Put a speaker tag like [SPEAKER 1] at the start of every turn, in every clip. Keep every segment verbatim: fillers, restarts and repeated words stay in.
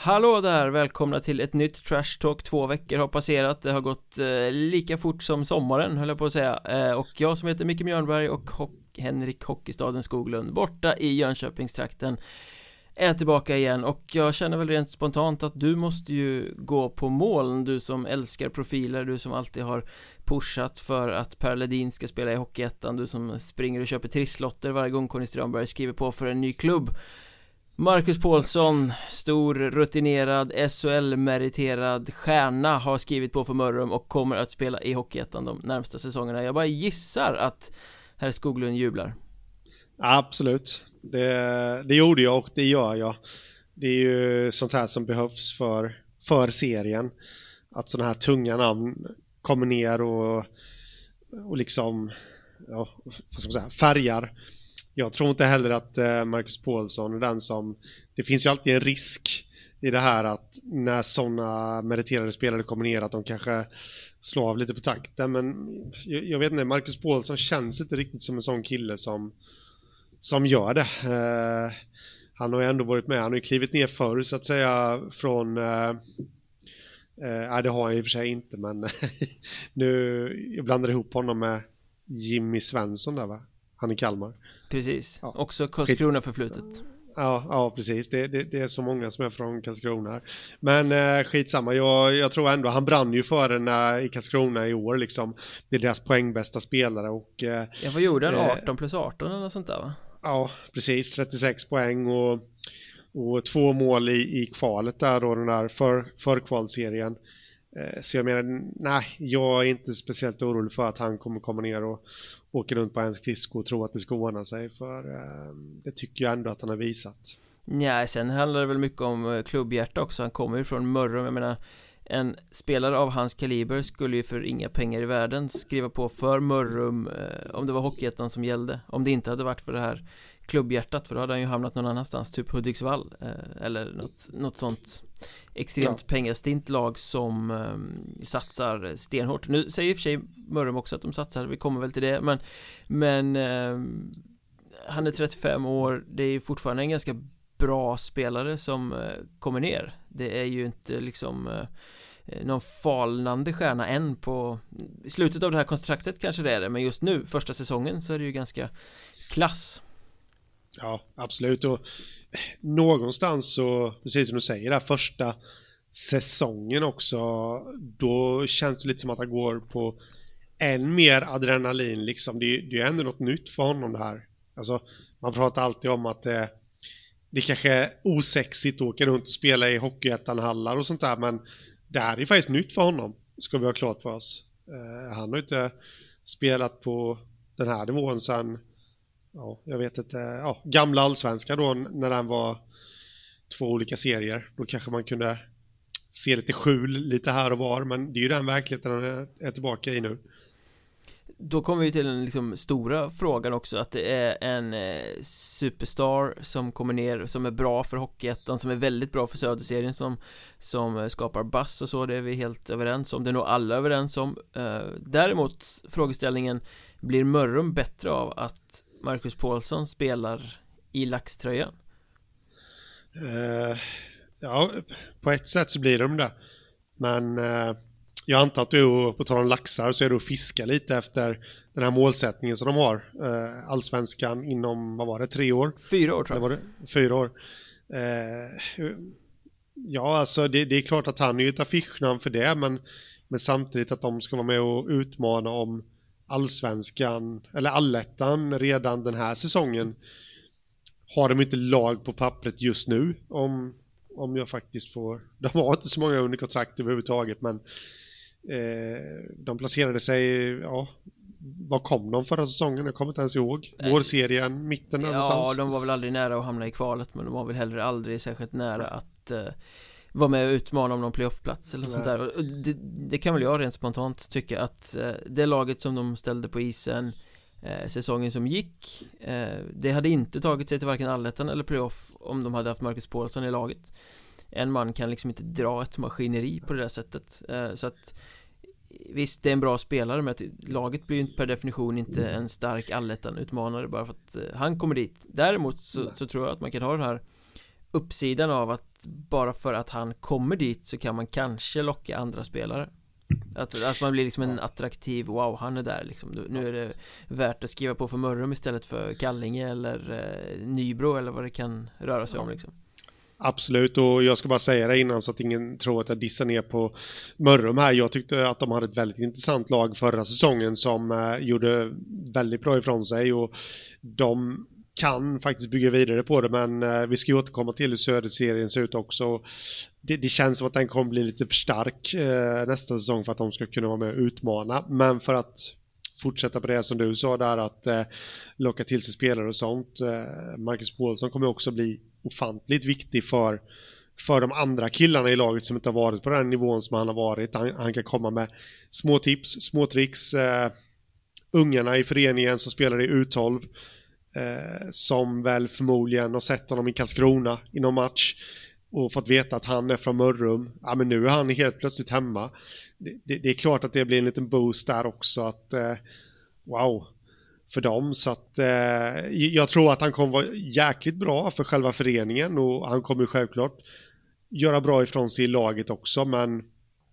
[SPEAKER 1] Hallå där, välkomna till ett nytt Trash Talk. Två veckor har passerat, det har gått eh, lika fort som sommaren höll jag på att säga eh, Och jag som heter Micke Mjörnberg och Ho- Henrik Hockeystaden Skoglund borta i Jönköpingstrakten är tillbaka igen. Och jag känner väl rent spontant att du måste ju gå på moln, du som älskar profiler, du som alltid har pushat för att Per Ledin ska spela i Hockeyettan, du som springer och köper trisslotter varje gång Conny Strömberg skriver på för en ny klubb. Marcus Paulsson, stor rutinerad S H L-meriterad stjärna, har skrivit på för Mörrum och kommer att spela i Hockeyettan de närmsta säsongerna. Jag bara gissar att herr Skoglund jublar.
[SPEAKER 2] Absolut, det, det gjorde jag och det gör jag. Det är ju sånt här som behövs för, för serien. Att sådana här tunga namn kommer ner och, och liksom ja, vad ska man säga, färgar. Jag tror inte heller att Marcus Paulsson är den som... Det finns ju alltid en risk i det här att när sådana meriterade spelare kommer ner att de kanske slår av lite på takten. Men jag, jag vet inte, Marcus Paulsson känns inte riktigt som en sån kille som, som gör det. Eh, han har ju ändå varit med, han har ju klivit ner förr så att säga från... Eh, eh, det har han i och för sig inte, men nu jag blandar ihop honom med Jimmy Svensson där va? Han i Kalmar.
[SPEAKER 1] Precis,
[SPEAKER 2] ja.
[SPEAKER 1] Också Karlskrona förflutet.
[SPEAKER 2] Ja, ja precis. Det, det, det är så många som är från Karlskrona. Men eh, skitsamma, jag, jag tror ändå han brann ju för den eh, i Karlskrona i år liksom. Det är deras poängbästa spelare och... Eh,
[SPEAKER 1] ja, vad gjorde han? arton plus arton eller något sånt där va?
[SPEAKER 2] Ja, precis. trettiosex poäng och, och två mål i, i kvalet där då, den där för, förkvalserien. Eh, så jag menar, nej, jag är inte speciellt orolig för att han kommer komma ner och åker runt på en skridsko och tror att det ska ordna sig, för eh, det tycker jag ändå att han har visat.
[SPEAKER 1] Nej, sen handlar det väl mycket om klubbhjärta också. Han kommer ju från Mörrum. Jag menar, en spelare av hans kaliber skulle ju för inga pengar i världen skriva på för Mörrum eh, om det var Hockeyettan som gällde. Om det inte hade varit för det här klubbhjärtat, för då hade han ju hamnat någon annanstans, typ Hudiksvall eh, eller något, något sånt extremt ja. pengastint lag som eh, satsar stenhårt. Nu säger i och för sig Mörrum också att de satsar, vi kommer väl till det, men, men eh, han är trettiofem år, det är fortfarande en ganska bra spelare som eh, kommer ner. Det är ju inte liksom eh, någon falnande stjärna än på i slutet av det här kontraktet, kanske det är det, men just nu, första säsongen, så är det ju ganska klass.
[SPEAKER 2] Ja, absolut. Och någonstans så, precis som du säger, där första säsongen också, då känns det lite som att han går på än mer adrenalin liksom. Det, det är ändå något nytt för honom det här. Alltså, man pratar alltid om att det, det kanske är osexigt att åka runt och spela i Hockeyettan-hallar och sånt där, men det här är faktiskt nytt för honom, ska vi ha klart för oss. Uh, han har inte spelat på den här nivån sedan, ja, jag vet inte, ja, gamla allsvenska då, när den var två olika serier. Då kanske man kunde se lite skjul lite här och var, men det är ju den verkligheten han är tillbaka i nu.
[SPEAKER 1] Då kommer vi till den liksom stora frågan också, att det är en eh, superstar som kommer ner, som är bra för Hockeyettan, som är väldigt bra för Söderserien, som, som skapar buzz och så, det är vi helt överens om, det är nog alla överens om. eh, Däremot frågeställningen, blir Mörrum bättre av att Marcus Paulsson spelar i laxtröjan?
[SPEAKER 2] Uh, ja, på ett sätt så blir de det. Men uh, jag antar att du, på tal om laxar, så är du att fiska lite efter den här målsättningen som de har. Uh, Allsvenskan inom, vad var det, tre år?
[SPEAKER 1] Fyra år tror jag.
[SPEAKER 2] Var det? Fyra år. Uh, ja, alltså det, det är klart att han är ju ett affischnamn för det, men, men samtidigt att de ska vara med och utmana om Allsvenskan eller Allettan redan den här säsongen, har de inte lag på pappret just nu, om, om jag faktiskt får, de har inte så många under kontrakt överhuvudtaget, men eh, de placerade sig, ja, vad kom de förra säsongen? Jag kommer inte ens ihåg. Vårserien, mitten
[SPEAKER 1] ja,
[SPEAKER 2] någonstans.
[SPEAKER 1] Ja, de var väl aldrig nära att hamna i kvalet, men de var väl heller aldrig särskilt nära att eh, vara med och utmana om någon playoffplats eller något sånt där. Och det, det kan väl jag rent spontant tycka att eh, det laget som de ställde på isen eh, säsongen som gick, eh, det hade inte tagit sig till varken allettan eller playoff om de hade haft Marcus Paulsson i laget. En man kan liksom inte dra ett maskineri på det där sättet. Eh, så att visst, det är en bra spelare, men att laget blir ju per definition inte en stark allettan-utmanare bara för att eh, han kommer dit. Däremot så, så tror jag att man kan ha den här uppsidan av att bara för att han kommer dit så kan man kanske locka andra spelare. Att, att man blir liksom en attraktiv, wow, han är där liksom. Nu är det värt att skriva på för Mörrum istället för Kallinge eller eh, Nybro eller vad det kan röra sig om liksom.
[SPEAKER 2] Absolut, och jag ska bara säga det innan så att ingen tror att jag dissar ner på Mörrum här. Jag tyckte att de hade ett väldigt intressant lag förra säsongen som eh, gjorde väldigt bra ifrån sig, och de kan faktiskt bygga vidare på det, men eh, vi ska ju återkomma till hur söderserien ser ut också. Det, det känns som att den kommer bli lite för stark eh, nästa säsong för att de ska kunna vara med och utmana, men för att fortsätta på det som du sa där, att eh, locka till sig spelare och sånt. Eh, Marcus Paulsson kommer också bli ofantligt viktig för, för de andra killarna i laget som inte har varit på den nivån som han har varit. Han, han kan komma med små tips, små tricks. Eh, ungarna i föreningen som spelar i U tolv eh, som väl förmodligen har sett honom i Karlskrona i någon match och fått veta att han är från Mörrum. Ja, men nu är han helt plötsligt hemma. Det, det, det är klart att det blir en liten boost där också, att eh, wow för dem, så att eh, jag tror att han kommer vara jäkligt bra för själva föreningen, och han kommer självklart göra bra ifrån sig i laget också, men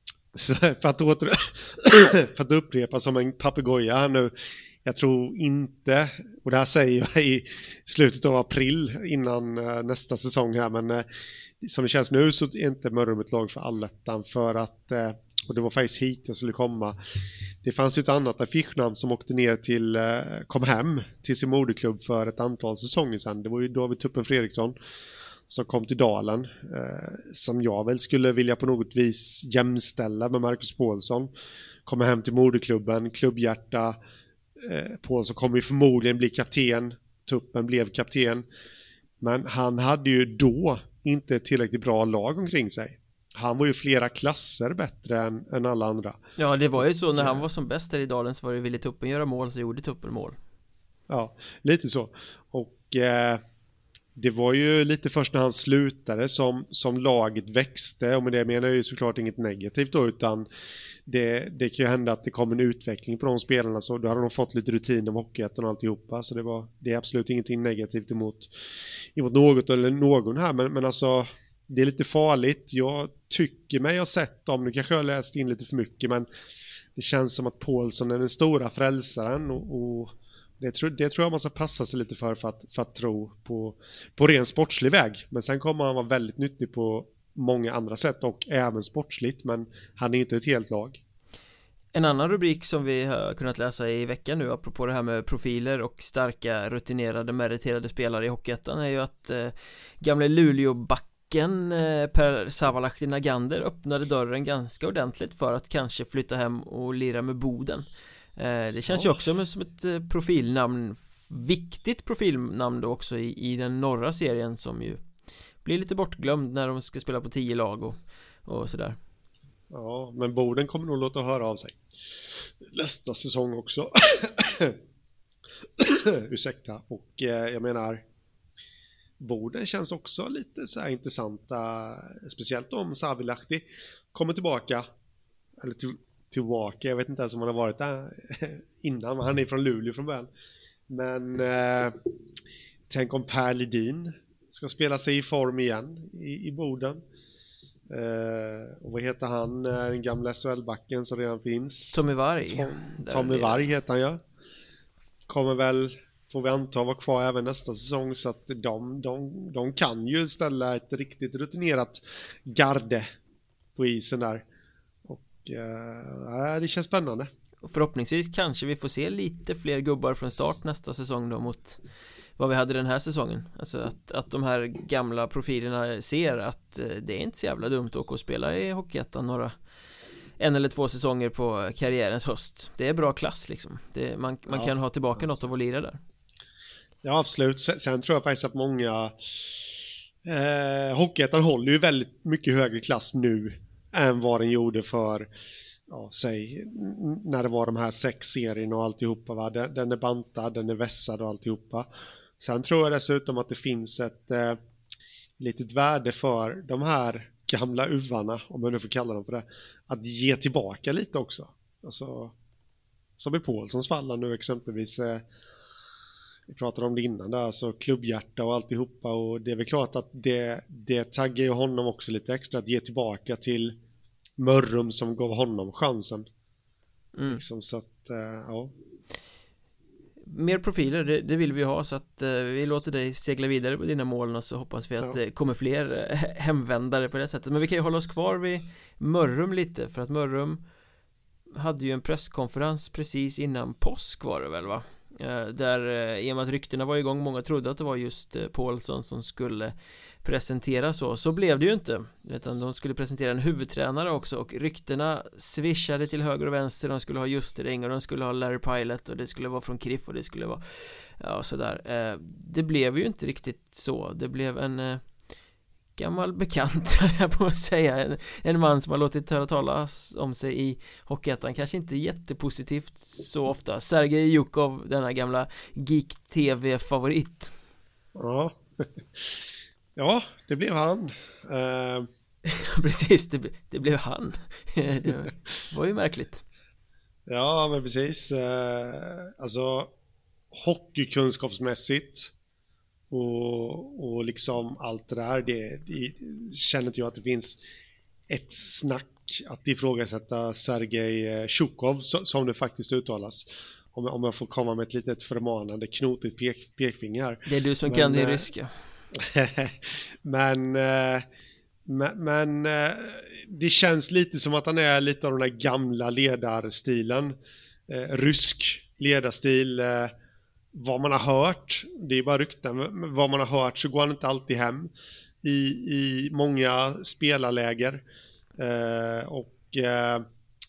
[SPEAKER 2] för att, åter, för att upprepa som en papegoja här nu, jag tror inte, och det här säger jag i slutet av april innan eh, nästa säsong här, men eh, som det känns nu så är inte Mörrum ett lag för allettan, för att eh, och det var faktiskt hit jag skulle komma. Det fanns ju ett annat affischnamn som åkte ner till, eh, kom hem till sin moderklubb för ett antal säsonger sedan. Det var ju David Tuppen Fredriksson som kom till Dalen, eh, som jag väl skulle vilja på något vis jämställa med Marcus Paulsson. Kommer hem till moderklubben, klubbhjärta. eh, Paulsson kommer ju förmodligen bli kapten. Tuppen blev kapten, men han hade ju då inte ett tillräckligt bra lag omkring sig. Han var ju flera klasser bättre än, än alla andra.
[SPEAKER 1] Ja, det var ju så när han var som bäst där i Dalen, så var det ville Tuppen göra mål, så gjorde Tuppen mål.
[SPEAKER 2] Ja, lite så. Och eh, det var ju lite först när han slutade som, som laget växte, och med det menar jag ju såklart inget negativt då, utan det, det kan ju hända att det kom en utveckling på de spelarna, så då hade de fått lite rutin om hockeyettan och alltihopa, så det, var, det är absolut ingenting negativt emot, emot något eller någon här, men, men alltså det är lite farligt. Jag tycker mig ha sett dem, nu kanske jag har läst in lite för mycket, men det känns som att Paulsson är den stora frälsaren, och, och det, tror, det tror jag man ska passa sig lite för för att, för att tro på, på ren sportslig väg. Men sen kommer han vara väldigt nyttig på många andra sätt, och även sportsligt, men han är inte ett helt lag.
[SPEAKER 1] En annan rubrik som vi har kunnat läsa i veckan nu, apropå det här med profiler och starka, rutinerade, meriterade spelare i Hockeyettan, är ju att eh, gamla Luleå-back Per Savalahti Nagander öppnade dörren ganska ordentligt för att kanske flytta hem och lira med Boden. Det känns ja. ju också som ett profilnamn, viktigt profilnamn då också i, i den norra serien, som ju blir lite bortglömd när de ska spela på tio lag och, och sådär.
[SPEAKER 2] Ja, men Boden kommer nog låta höra av sig nästa säsong också. Ursäkta, och eh, jag menar Boden känns också lite så här intressanta, speciellt om Savalahti kommer tillbaka, eller till, tillbaka, jag vet inte ens om han har varit där innan, men han är från Luleå från början. Men eh, tänk om Per Lidin ska spela sig i form igen i, i Boden. Eh, och vad heter han, den gamla S H L-backen som redan finns?
[SPEAKER 1] Tommy Varg.
[SPEAKER 2] Tom, Tommy Varg heter han, ja. Kommer väl, får vi anta, vara kvar även nästa säsong, så att de, de, de kan ju ställa ett riktigt rutinerat garde på isen där. Och eh, det känns spännande.
[SPEAKER 1] Och förhoppningsvis kanske vi får se lite fler gubbar från start nästa säsong då, mot vad vi hade den här säsongen. Alltså att, att de här gamla profilerna ser att eh, det är inte så jävla dumt att åka och spela i Hockeyettan några en eller två säsonger på karriärens höst. Det är bra klass liksom. Det, man man ja, kan ha tillbaka något av att lira där.
[SPEAKER 2] Ja, absolut. Sen, sen tror jag faktiskt att många eh, Hockeyettan håller ju väldigt mycket högre klass nu än vad den gjorde för, ja, säg, när det var de här sex serierna och alltihopa, va? Den, den är bantad, den är vässad och alltihopa. Sen tror jag dessutom att det finns ett eh, litet värde för de här gamla uvarna, om man nu får kalla dem för det, att ge tillbaka lite också. Alltså, som i Paulssons fall nu exempelvis. Eh, vi pratade om det innan där, alltså klubbhjärta och alltihopa, och det är väl klart att det, det taggar ju honom också lite extra att ge tillbaka till Mörrum som gav honom chansen. Mm. Liksom, så att, uh, ja.
[SPEAKER 1] Mer profiler, det, det vill vi ha, så att uh, vi låter dig segla vidare på dina mål, och så hoppas vi att det ja. kommer fler uh, hemvändare på det sättet. Men vi kan ju hålla oss kvar vid Mörrum lite, för att Mörrum hade ju en presskonferens precis innan påsk var det väl va? Uh, där uh, i och med att ryktena var igång, många trodde att det var just uh, Paulsson som skulle presentera, så så blev det ju inte, utan de skulle presentera en huvudtränare också, och ryktena swishade till höger och vänster. De skulle ha Justereng och de skulle ha Larry Pilot, och det skulle vara från Kriff, och det skulle vara ja sådär. Eh, det blev ju inte riktigt så. Det blev en eh, gammal bekant, jag på att säga, en, en man som har låtit höra talas om sig i Hockeyettan, kanske inte jättepositivt så ofta. Sergej Jukov, denna gamla geek-tv-favorit.
[SPEAKER 2] Ja. Ja, det blev han. Uh...
[SPEAKER 1] Precis, det, det blev han. Det var ju märkligt.
[SPEAKER 2] Ja, men precis. Uh, alltså, hockeykunskapsmässigt och, och liksom allt det där, det, det känner inte jag att det finns ett snack att ifrågasätta Sergej Sjukov, som det faktiskt uttalas. Om, om jag får komma med ett litet förmanande, knotigt pek, pekfinger här.
[SPEAKER 1] Det är du som men, kan det ryska.
[SPEAKER 2] men men, men det känns lite som att han är lite av den där gamla ledarstilen, eh, rysk ledarstil, eh, vad man har hört, det är bara rykten, men vad man har hört så går han inte alltid hem i, i många spelarläger, eh, och eh,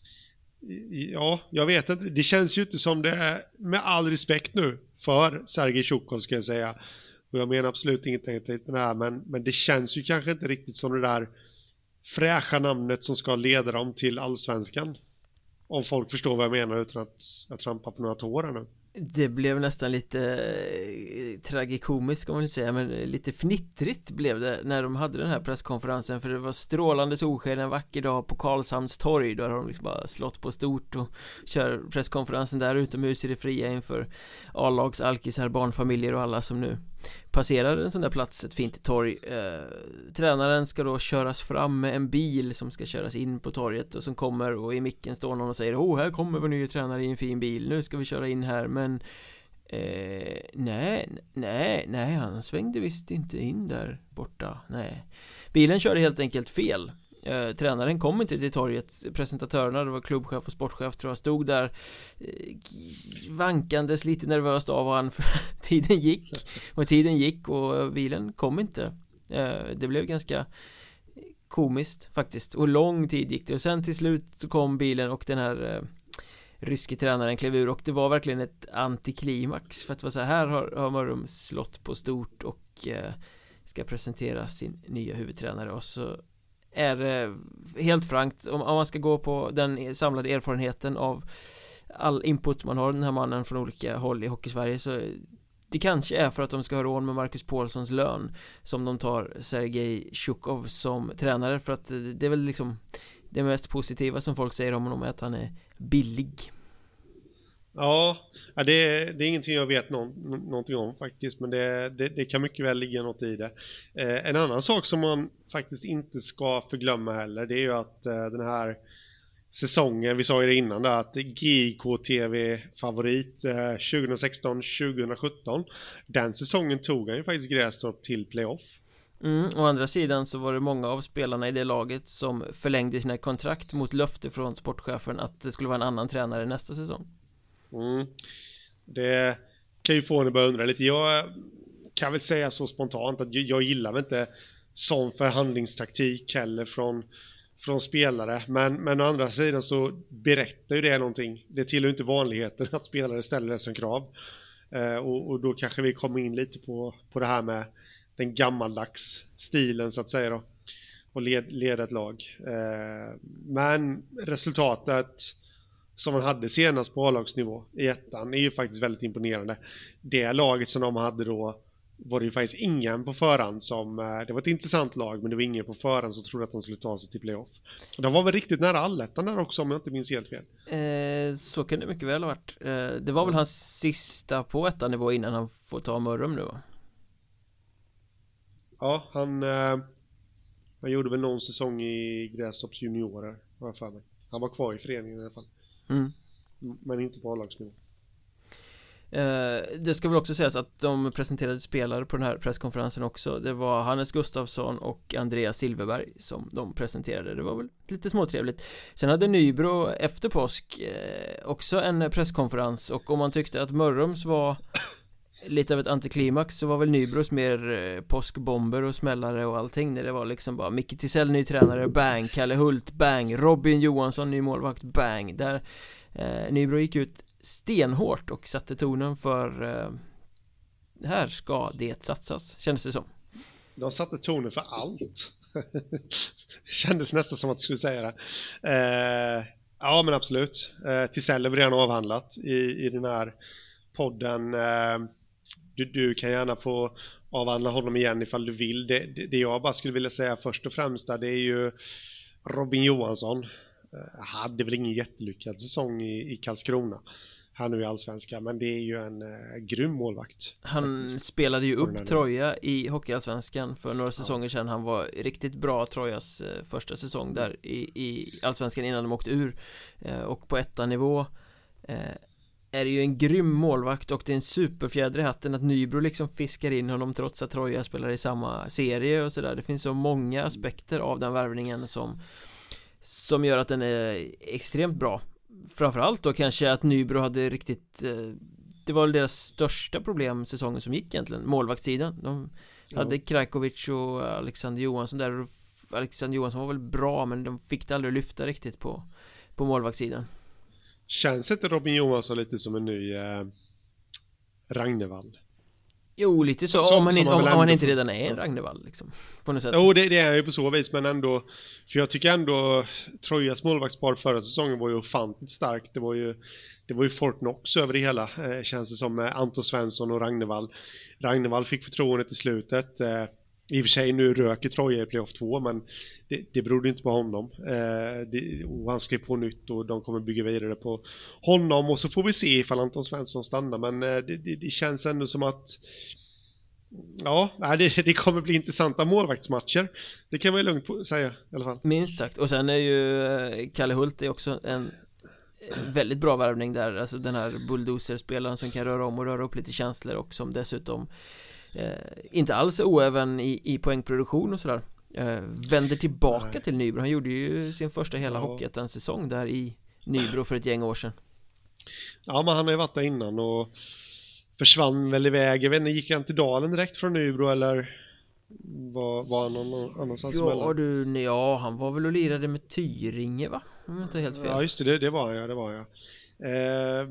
[SPEAKER 2] ja, jag vet inte, det känns ju inte som det är, med all respekt nu för Sergej Sjukov ska jag säga. Och jag menar absolut inget negativt med det här, men, men det känns ju kanske inte riktigt som det där fräscha namnet som ska leda dem till allsvenskan. Om folk förstår vad jag menar utan att jag trampar på några tår nu.
[SPEAKER 1] Det blev nästan lite eh, tragikomiskt kan man inte säga, men lite fnittrigt blev det när de hade den här presskonferensen, för det var strålande solsken en vacker dag på Karlshamns torg. Då har de liksom bara slått på stort och kör presskonferensen där utomhus i det fria inför A-lags, alkisar, barnfamiljer och alla som nu passerar en sån där plats, ett fint torg. eh, Tränaren ska då köras fram med en bil som ska köras in på torget, och som kommer, och i micken står någon och säger: åh, här kommer vår nya tränare i en fin bil, nu ska vi köra in här. Men eh, nej, nej, nej, han svängde visst inte in där borta. Nej, bilen körde helt enkelt fel. Eh, tränaren kom inte till torget. Presentatörerna, det var klubbchef och sportchef tror jag, stod där eh, vankandes lite nervöst av han, för tiden gick och tiden gick och bilen kom inte. eh, det blev ganska komiskt faktiskt, och lång tid gick det, och sen till slut så kom bilen och den här eh, ryske tränaren klev ur, och det var verkligen ett antiklimax, för att vara så här har, har Mörrum slått på stort och eh, ska presentera sin nya huvudtränare, och så är det helt frankt, om, om man ska gå på den samlade erfarenheten av all input man har den här mannen från olika håll i Hockeysverige, så det kanske är för att de ska ha råd med Marcus Paulssons lön som de tar Sergej Sjukov som tränare, för att det är väl liksom det mest positiva som folk säger om honom, är att han är billig.
[SPEAKER 2] Ja, det är, det är ingenting jag vet någon, någonting om faktiskt, men det, det, det kan mycket väl ligga något i det. Eh, en annan sak som man faktiskt inte ska förglömma heller, det är ju att eh, den här säsongen, vi sa ju det innan där, att G I K T V-favorit eh, tjugo sexton tjugo sjutton, den säsongen tog han ju faktiskt Grästorp till playoff.
[SPEAKER 1] Mm, å andra sidan så var det många av spelarna i det laget som förlängde sina kontrakt mot löfte från sportchefen att det skulle vara en annan tränare nästa säsong.
[SPEAKER 2] Mm. Det kan ju få en att börja undra lite. Jag kan väl säga så spontant att jag gillar väl inte sån förhandlingstaktik heller från, från spelare, men, men å andra sidan så berättar ju det någonting. Det tillhör inte vanligheten att spelare ställer det som krav, eh, och, och då kanske vi kommer in lite på, på det här med den gammaldags stilen så att säga då, och led, leda ett lag. Eh, men resultatet som man hade senast på A-lagsnivå i ettan är ju faktiskt väldigt imponerande. Det laget som de hade då var det ju faktiskt ingen på förhand som, det var ett intressant lag, men det var ingen på förhand som trodde att de skulle ta sig till playoff. Och de var väl riktigt nära allettan där också, om jag inte minns helt fel.
[SPEAKER 1] Eh, så kan det mycket väl ha varit. Eh, det var väl hans sista på ettan nivå innan han får ta Mörrum nu, va?
[SPEAKER 2] Ja, han, eh, han gjorde väl någon säsong i Grästorps juniorer, har jag för mig. Han var kvar i föreningen i alla fall.
[SPEAKER 1] Mm.
[SPEAKER 2] Men inte på A-lagsnivå.
[SPEAKER 1] Eh, det ska väl också sägas att de presenterade spelare på den här presskonferensen också. Det var Hannes Gustafsson och Andreas Silverberg som de presenterade. Det var väl lite småtrevligt. Sen hade Nybro efter påsk eh, också en presskonferens, och om man tyckte att Mörrums var lite av ett antiklimax, så var väl Nybros mer eh, påskbomber och smällare och allting, när det var liksom bara Micke Tisell, ny tränare, bang, Kalle Hult, bang, Robin Johansson, ny målvakt, bang. Där eh, Nybro gick ut stenhårt och satte tonen för eh, här ska det satsas, kändes det som.
[SPEAKER 2] De satte tonen för allt. Kändes nästan som att du skulle säga det. Eh, ja, men absolut. Eh, Tisell är redan avhandlat i, i den här podden. Eh, du, du kan gärna få avhandla honom igen ifall du vill. Det, det, det jag bara skulle vilja säga först och främst där, det är ju Robin Johansson. Eh, hade väl ingen jättelyckad säsong i, i Karlskrona här nu i Allsvenskan, men det är ju en eh, grym målvakt.
[SPEAKER 1] Han faktiskt spelade ju upp Troja i Hockeyallsvenskan för några säsonger sedan. Han var riktigt bra, Trojas eh, första säsong där i, i Allsvenskan innan de åkte ur, eh, och på ettanivå eh, är det ju en grym målvakt, och det är en superfjäder i hatten att Nybro liksom fiskar in honom trots att Troja spelar i samma serie och sådär. Det finns så många aspekter av den värvningen som, som gör att den är extremt bra. Framförallt då kanske att Nybro hade riktigt eh, det var väl deras största problem säsongen som gick egentligen, målvaktssidan. De ja. hade Krajkovic och Alexander Johansson där, och Alexander Johansson var väl bra, men de fick det aldrig lyfta riktigt på, på målvaktssidan.
[SPEAKER 2] Känns inte Robin Johansson lite som en ny eh, Ragnevall?
[SPEAKER 1] Jo, lite så,
[SPEAKER 2] som,
[SPEAKER 1] om man, in, om, om man inte redan är en
[SPEAKER 2] ja.
[SPEAKER 1] Ragnevall liksom, på något sätt.
[SPEAKER 2] Jo, det, det är ju på så vis, men ändå, för jag tycker ändå Trojas målvaktspar förra säsongen var ju ofantligt starkt. Det var ju, det var ju Fort Knox över det hela, eh, känns det som, eh, Anton Svensson och Ragnevall. Ragnevall fick förtroendet i slutet. Eh, I och för sig nu röker Troja i playoff två, men det, det berodde inte på honom. Eh, det, och han skrev på nytt och de kommer bygga vidare på honom, och så får vi se ifall Anton Svensson stannar, men eh, det, det, det känns ändå som att ja, det, det kommer bli intressanta målvaktsmatcher. Det kan man ju lugnt säga i alla fall.
[SPEAKER 1] Minst sagt, och sen är ju Kalle Hult är också en väldigt bra värvning där, alltså den här bulldozer-spelaren som kan röra om och röra upp lite känslor, och som dessutom Eh, inte alls oäven i, i poängproduktion och sådär, eh, vänder tillbaka Nej. till Nybro. Han gjorde ju sin första hela ja. Hockeyettan-säsong där i Nybro för ett gäng år sedan.
[SPEAKER 2] Ja, men han har ju varit där innan och försvann väl iväg. Jag vet inte, gick han till Dalen direkt från Nybro eller var, var han någon annanstans?
[SPEAKER 1] Ja, du, ja, han var väl och lirade med Tyringe, va? Om jag inte helt fel.
[SPEAKER 2] Ja, just det, det, det var jag, det var jag. Eh,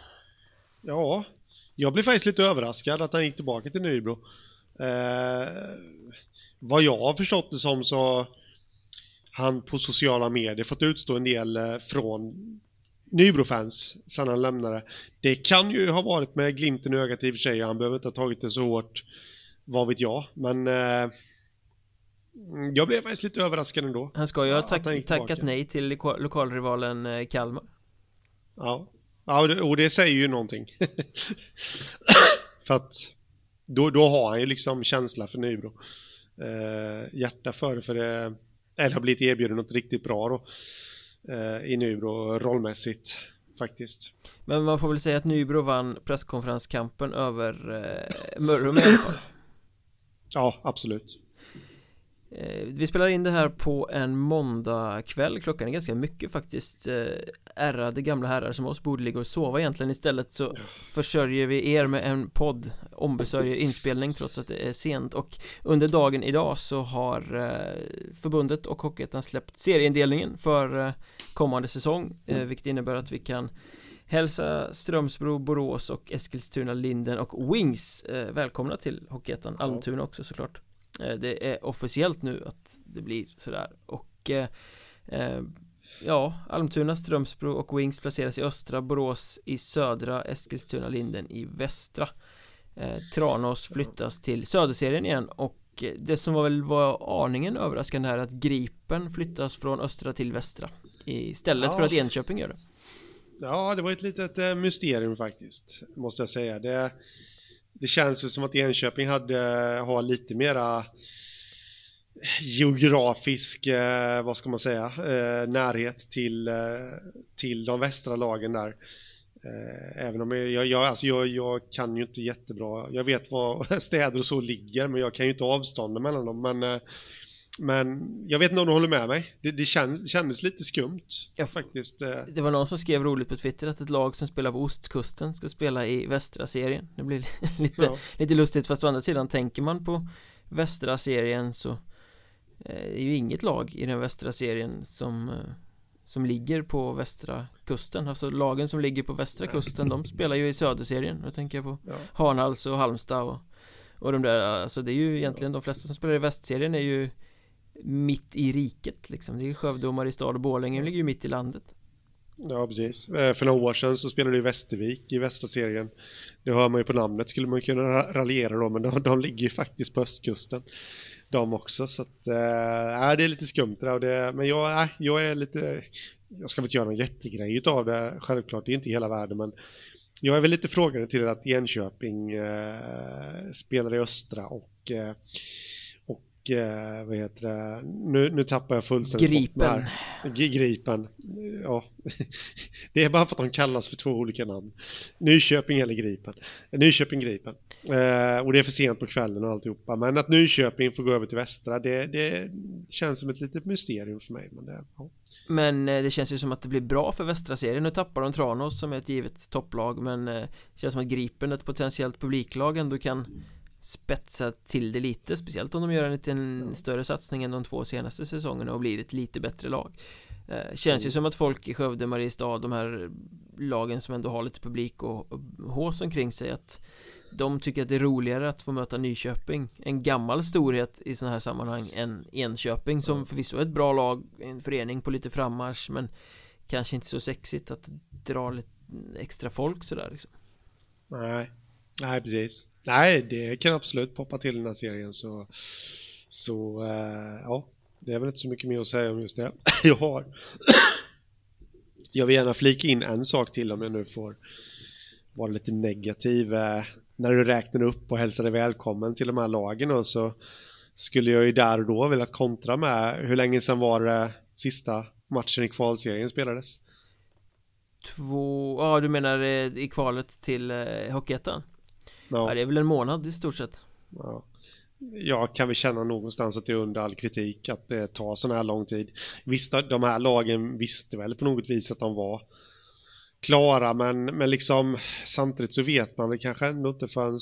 [SPEAKER 2] ja, jag blev faktiskt lite överraskad att han gick tillbaka till Nybro. Eh, vad jag har förstått det som, så han på sociala medier fått utstå en del eh, från Nybro-fans sen han lämnade. Det kan ju ha varit med glimten i ögat i och för sig. Han behöver inte ha tagit det så hårt, vad vet jag. Men eh, jag blev faktiskt lite överraskad ändå.
[SPEAKER 1] Han ska ju ha tack, tackat nej till lokal- lokalrivalen eh, Kalmar.
[SPEAKER 2] Ja. Ja, och det säger ju någonting. För att då, då har han ju liksom känsla för Nybro. Eh, hjärta för för det, eller har blivit erbjuden något riktigt bra då, eh, i Nybro rollmässigt faktiskt.
[SPEAKER 1] Men man får väl säga att Nybro vann presskonferenskampen över eh, Mörrum i alla fall.
[SPEAKER 2] Ja, absolut.
[SPEAKER 1] Vi spelar in det här på en måndag kväll. Klockan är ganska mycket faktiskt. Ärrade gamla herrar som oss borde ligga och sova egentligen. Istället så försörjer vi er med en podd, ombesörjer inspelning trots att det är sent. Och under dagen idag så har förbundet och Hockeyettan släppt serieindelningen för kommande säsong, vilket innebär att vi kan hälsa Strömsbro, Borås och Eskilstuna, Linden och Wings välkomna till Hockeyettan. Almtuna också såklart. Det är officiellt nu att det blir sådär. Och eh, ja, Almtuna, Strömsbro och Wings placeras i östra, Borås i södra, Eskilstuna, Linden i västra. eh, Tranås flyttas till Söderserien igen. Och det som var väl var aningen överraskande här, att Gripen flyttas från östra till västra istället
[SPEAKER 2] ja. för
[SPEAKER 1] för att Enköping gör det.
[SPEAKER 2] Ja, det var ett litet eh, mysterium faktiskt, måste jag säga. Det, det känns väl som att Enköping hade har lite mera geografisk, eh, vad ska man säga, eh, närhet till, eh, till de västra lagen där. Eh, även om jag, jag, alltså jag, jag kan ju inte jättebra, jag vet var städer och så ligger, men jag kan ju inte avstånda mellan dem. Men, eh, men jag vet inte om du håller med mig. Det, det, känns, det kändes lite skumt
[SPEAKER 1] ja,
[SPEAKER 2] faktiskt. Eh.
[SPEAKER 1] Det var någon som skrev roligt på Twitter att ett lag som spelar på ostkusten ska spela i västra serien. Det blir lite, ja. lite lustigt, fast å andra sidan tänker man på västra serien så är ju inget lag i den västra serien som, som ligger på västra kusten. Alltså lagen som ligger på västra kusten, de spelar ju i söderserien. Jag tänker på ja. Hanhals och Halmstad och, och de där, alltså det är ju egentligen de flesta som spelar i västserien är ju mitt i riket liksom. Det är ju Skövde och Mariestad och Borlänge ligger ju mitt i landet.
[SPEAKER 2] Ja, precis. För några år sedan så spelade ju Västervik i västra serien. Det hör man ju på namnet, skulle man kunna raljera då, men de, de ligger ju faktiskt på östkusten. De också, så att äh, det är lite skumt där, och det, men jag, äh, jag är lite, jag ska väl inte göra någon jättegrej av det, självklart, det är inte hela världen, men jag är väl lite frågande till att Enköping äh, spelar i östra och äh, och äh, vad heter det, nu, nu tappar jag fullständigt
[SPEAKER 1] Gripen
[SPEAKER 2] G- Gripen, ja det är bara för att de kallas för två olika namn, Nyköping eller Gripen, Nyköping Gripen. Uh, och det är för sent på kvällen och alltihopa. Men att Nyköping får gå över till västra, det, det känns som ett litet mysterium för mig, men, det, ja.
[SPEAKER 1] men uh, det känns ju som att det blir bra för västra serien. Nu tappar de Tranås som är ett givet topplag, men uh, det känns som att Gripen, ett potentiellt publiklag, ändå kan spetsa till det lite, speciellt om de gör en liten ja. större satsning än de två senaste säsongerna och blir ett lite bättre lag. Uh, känns mm. ju som att folk i Skövde, Mariestad, de här lagen som ändå har lite publik och, och hås omkring sig, att de tycker att det är roligare att få möta Nyköping, en gammal storhet i sådana här sammanhang, än Enköping som förvisso är ett bra lag, en förening på lite frammarsch, men kanske inte så sexigt att dra lite extra folk sådär liksom.
[SPEAKER 2] Nej, nej precis. Nej, det kan absolut poppa till den här serien, så, så äh, ja, det är väl inte så mycket mer att säga om just det. Jag har jag vill gärna flika in en sak till, om jag nu får vara lite negativ. Äh, när du räknar upp och hälsade välkommen till de här lagen, och så skulle jag ju där och då vilja kontra med hur länge sedan var det sista matchen i kvalserien spelades?
[SPEAKER 1] Två, ja du menar i kvalet till eh, Hockeyettan? Ja. ja, det är väl en månad i stort sett.
[SPEAKER 2] Ja. Jag kan väl känna någonstans att det är under all kritik att det tar sån här lång tid. Visst, de här lagen visste väl på något vis att de var klara, men, men liksom samtidigt så vet man väl kanske ändå inte förrän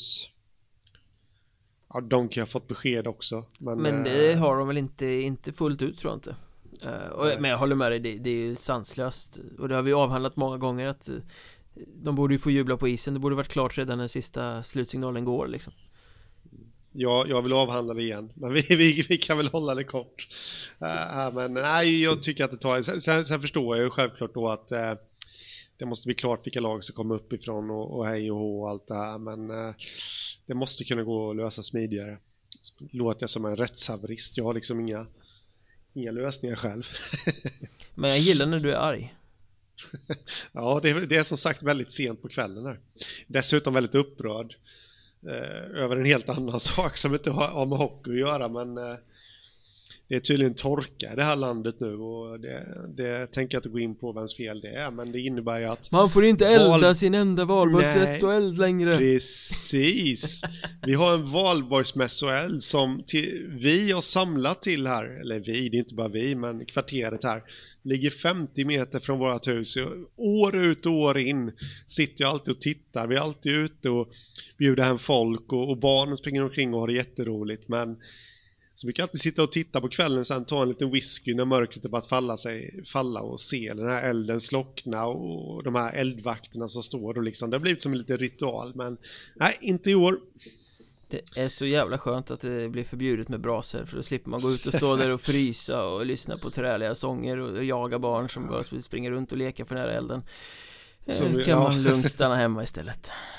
[SPEAKER 2] ja, de kan ha fått besked också, men,
[SPEAKER 1] men det äh... har de väl inte, inte fullt ut, tror jag inte. uh, och, men jag håller med dig, det, det är ju sanslöst, och det har vi avhandlat många gånger, att uh, de borde ju få jubla på isen. Det borde varit klart redan när sista slutsignalen går liksom.
[SPEAKER 2] Ja, jag vill avhandla det igen, men vi, vi, vi kan väl hålla det kort. uh, men nej, jag tycker att det tar sen, sen förstår jag ju självklart då att uh, det måste bli klart vilka lag som kommer uppifrån och, och hej och hå och allt det här. Men eh, det måste kunna gå att lösa smidigare. Låter jag som en rättshaverist. Jag har liksom inga, inga lösningar själv.
[SPEAKER 1] Men jag gillar när du är arg.
[SPEAKER 2] Ja, det, det är som sagt väldigt sent på kvällen här. Dessutom väldigt upprörd eh, över en helt annan sak som inte har, har med hockey att göra. Men eh, det är tydligen torka i det här landet nu, och det, det tänker jag inte gå in på vems fel det är, men det innebär ju att
[SPEAKER 1] man får inte elda
[SPEAKER 2] val...
[SPEAKER 1] sin enda valborgsmässoeld längre.
[SPEAKER 2] Precis. Vi har en valborgsmässoeld som till, vi har samlat till här, eller vi, det är inte bara vi, men kvarteret här ligger femtio meter från vårt hus. År ut och år in sitter jag alltid och tittar. Vi är alltid ute och bjuder hem folk, och, och barnen springer omkring och har det jätteroligt, men så vi kan alltid sitta och titta på kvällen, sen ta en liten whisky när mörkret är bara att falla, sig, falla och se den här elden slockna, och de här eldvakterna som står och liksom, det har blivit som en liten ritual, men nej, inte i år.
[SPEAKER 1] Det är så jävla skönt att det blir förbjudet med braser, för då slipper man gå ut och stå där och frysa och lyssna på träliga sånger och jaga barn som bara springer runt och leker för nära elden. Så kan ja. man lugnt stanna hemma istället.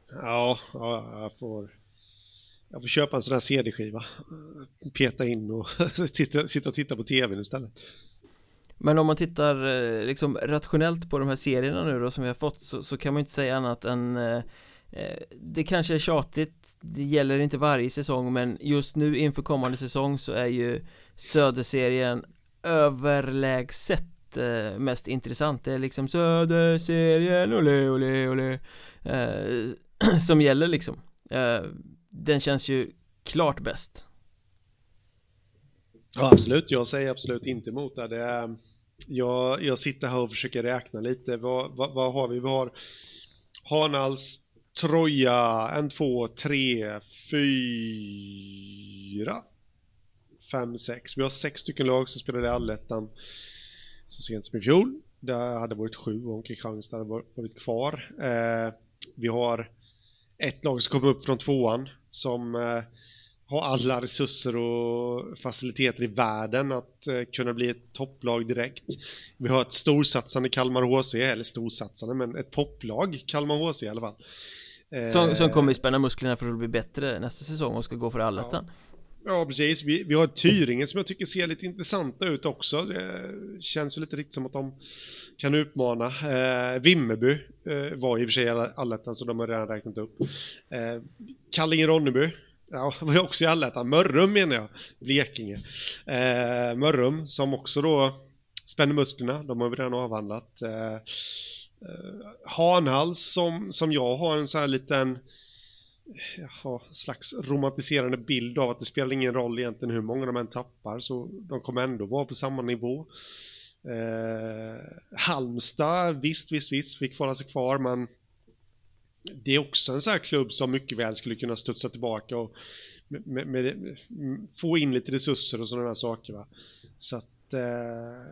[SPEAKER 2] Ja, ja jag, får, jag får köpa en sån här C D-skiva. Peta in och titta, sitta och titta på tvn istället.
[SPEAKER 1] Men om man tittar eh, liksom rationellt på de här serierna nu då som vi har fått så, så kan man inte säga annat än eh, det kanske är tjatigt, det gäller inte varje säsong, men just nu inför kommande säsong så är ju Söderserien överlägset eh, mest intressant. Det är liksom Söderserien, ole ole ole eh, som gäller liksom. eh, Den känns ju klart bäst.
[SPEAKER 2] Ja, absolut, jag säger absolut inte emot det, det är, jag, jag sitter här och försöker räkna lite. Vad, vad, vad har vi? Vi har Hanals, Troja, en, två, tre, fyra, fem, sex. Vi har sex stycken lag som spelade i Allettan så sent som i fjol. Det hade varit sju om Kristianstad hade varit kvar. Eh, vi har ett lag som kommer upp från tvåan som eh, har alla resurser och faciliteter i världen att eh, kunna bli ett topplag direkt. Vi har ett storsatsande Kalmar H C, eller storsatsande, men ett topplag Kalmar H C i alla fall. Eh,
[SPEAKER 1] som, som kommer spänna musklerna för att bli bättre nästa säsong och ska gå för Allettan.
[SPEAKER 2] Ja. Ja, precis. Vi, vi har Tyringen som jag tycker ser lite intressanta ut också. Det känns väl lite riktigt som att de kan utmana. Eh, Vimmerby eh, var i och för sig Allettan, så de har redan räknat upp. Eh, Kallinge-Ronneby, ja, var ju också i Allettan. Mörrum menar jag, Blekinge. Eh, Mörrum som också då spänner musklerna. De har vi redan avhandlat. Eh, eh, Hanhals som, som jag har en så här liten... Ja, slags romantiserande bild av att det spelar ingen roll egentligen hur många de än tappar, så de kommer ändå vara på samma nivå. eh, Halmstad, visst, visst, visst fick kvala sig kvar, men det är också en sån här klubb som mycket väl skulle kunna studsa tillbaka och med, med, med, få in lite resurser och sådana här saker, va? Så att eh,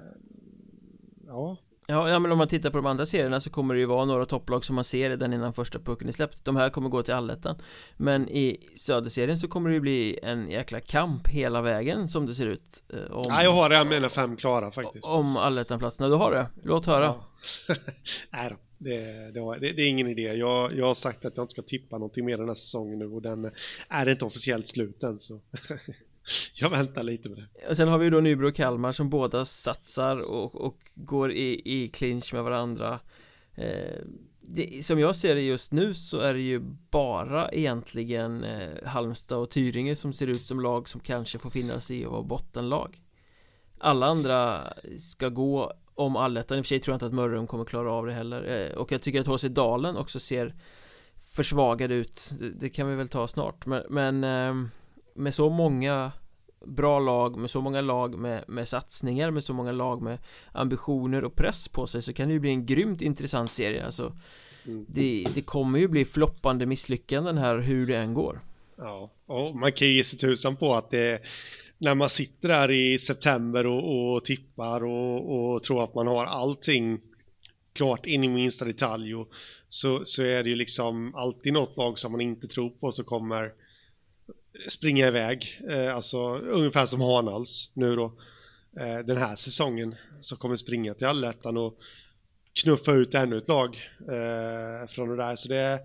[SPEAKER 2] ja.
[SPEAKER 1] Ja, ja, men om man tittar på de andra serierna så kommer det ju vara några topplag som man ser redan innan första pucken är släppt. De här kommer gå till Allettan. Men i Söderserien så kommer det ju bli en jäkla kamp hela vägen som det ser ut. om,
[SPEAKER 2] Ja, jag har redan mina fem klara faktiskt.
[SPEAKER 1] Om Allettan-platserna, du har det. Låt höra.
[SPEAKER 2] Ja. Nej då, det, det, var, det, det är ingen idé. Jag, jag har sagt att jag inte ska tippa någonting mer den här säsongen nu, och den är inte officiellt slut än, så jag väntar lite med det.
[SPEAKER 1] Och sen har vi ju då Nybro och Kalmar som båda satsar och, och går i, i clinch med varandra. eh, det, Som jag ser det just nu så är det ju bara egentligen eh, Halmstad och Tyringe som ser ut som lag som kanske får finna sig i att vara bottenlag. Alla andra ska gå om Allettan. I och för sig tror jag inte att Mörrum kommer klara av det heller. eh, Och jag tycker att H C Dalen också ser försvagad ut. Det, det kan vi väl ta snart. Men, men eh, med så många bra lag, med så många lag med, med satsningar, med så många lag med ambitioner och press på sig, så kan det ju bli en grymt intressant serie. Alltså, mm. det, det kommer ju bli floppande misslyckanden här hur det än går.
[SPEAKER 2] Ja, och man kan ju ge sig tusan på att det, när man sitter där i september och, och tippar och, och tror att man har allting klart in i minsta detalj, och så, så är det ju liksom alltid något lag som man inte tror på så kommer springa iväg, eh, alltså ungefär som Hanals nu då, eh, den här säsongen, som kommer springa till Allettan och knuffa ut ännu ett lag eh, från det där, så det är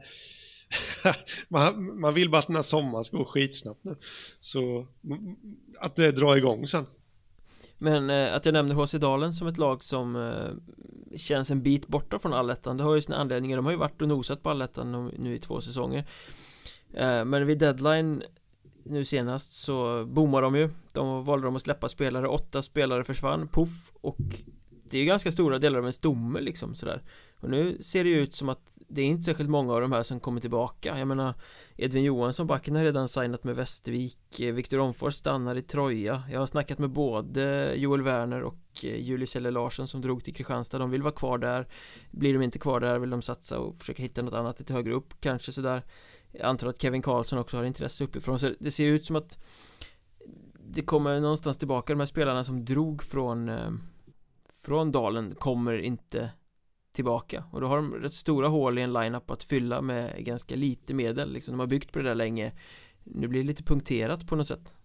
[SPEAKER 2] man, man vill bara att den här sommaren ska gå skitsnabbt nu, så att det drar igång sen.
[SPEAKER 1] Men eh, att jag nämner H C Dalen som ett lag som eh, känns en bit borta från Allettan, det har ju sina anledningar. De har ju varit och nosat på Allettan nu i två säsonger, eh, men vid deadline nu senast så boomar de ju. De valde de att släppa spelare, åtta spelare försvann, puff, och det är ju ganska stora delar av en stomme liksom sådär. Och nu ser det ju ut som att det är inte särskilt många av de här som kommer tillbaka. Jag menar, Edvin Johansson, backen, har redan signat med Västervik. Viktor Omfors stannar i Troja. Jag har snackat med både Joel Werner och Julius Eller Larsson som drog till Kristianstad. De vill vara kvar där. Blir de inte kvar där vill de satsa och försöka hitta något annat lite högre upp, kanske sådär. Jag antar att Kevin Karlsson också har intresse uppifrån. Så det ser ut som att det kommer någonstans tillbaka. De här spelarna som drog från från Dalen kommer inte tillbaka. Och då har de rätt stora hål i en lineup att fylla med ganska lite medel. Liksom, de har byggt på det där länge. Nu blir det lite punkterat på något sätt.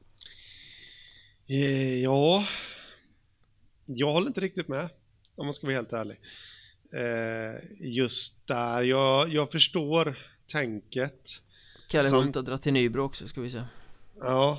[SPEAKER 2] Ja, jag håller inte riktigt med, om man ska vara helt ärlig. Just där, jag, jag förstår tänket.
[SPEAKER 1] Kalle
[SPEAKER 2] Samt...
[SPEAKER 1] Hult har dragit till Nybro också, ska vi säga.
[SPEAKER 2] Ja.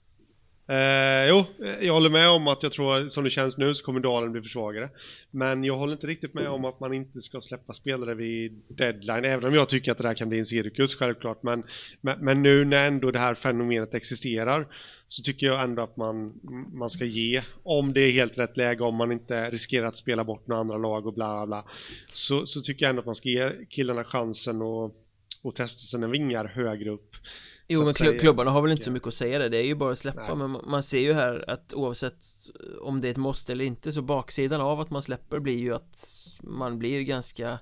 [SPEAKER 2] Eh, jo, jag håller med om att jag tror som det känns nu så kommer Dalen bli försvagare. Men jag håller inte riktigt med om att man inte ska släppa spelare vid deadline. Även om jag tycker att det där kan bli en cirkus, självklart. Men, men, men nu när ändå det här fenomenet existerar så tycker jag ändå att man, man ska ge, om det är helt rätt läge, om man inte riskerar att spela bort några andra lag och bla bla, så, så tycker jag ändå att man ska ge killarna chansen och, och testa sina vingar högre upp.
[SPEAKER 1] Jo, men
[SPEAKER 2] säga,
[SPEAKER 1] klubbarna har väl inte så mycket att säga det. Det är ju bara att släppa.
[SPEAKER 2] Nej.
[SPEAKER 1] Men man ser ju här att oavsett om det är ett måste eller inte, så baksidan av att man släpper blir ju att man blir ganska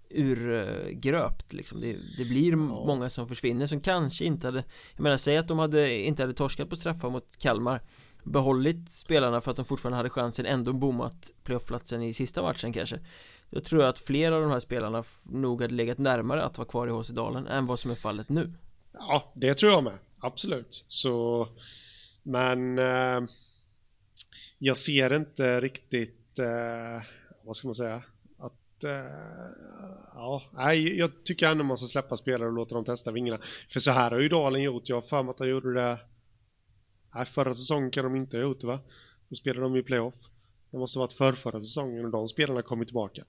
[SPEAKER 1] urgröpt liksom. det, det blir ja. många som försvinner som kanske inte hade, jag menar, säg att de hade, inte hade torskat på straffar mot Kalmar, behållit spelarna för att de fortfarande hade chansen, ändå bommat playoffplatsen i sista matchen kanske. Jag tror att flera av de här spelarna nog hade legat närmare att vara kvar i H C Dalen än vad som är fallet nu.
[SPEAKER 2] Ja, det tror jag med. Absolut. Så, men eh, jag ser inte riktigt, eh, vad ska man säga, att eh, ja, nej, jag tycker ändå man ska släppa spelare och låta dem testa vingarna. För så här har ju Dalen gjort. Jag har för mig att de gjorde det, nej, förra säsongen kan de inte ha gjort det, va? Då spelade de i playoff. Det måste ha varit för förra säsongen och de spelarna kom tillbaka.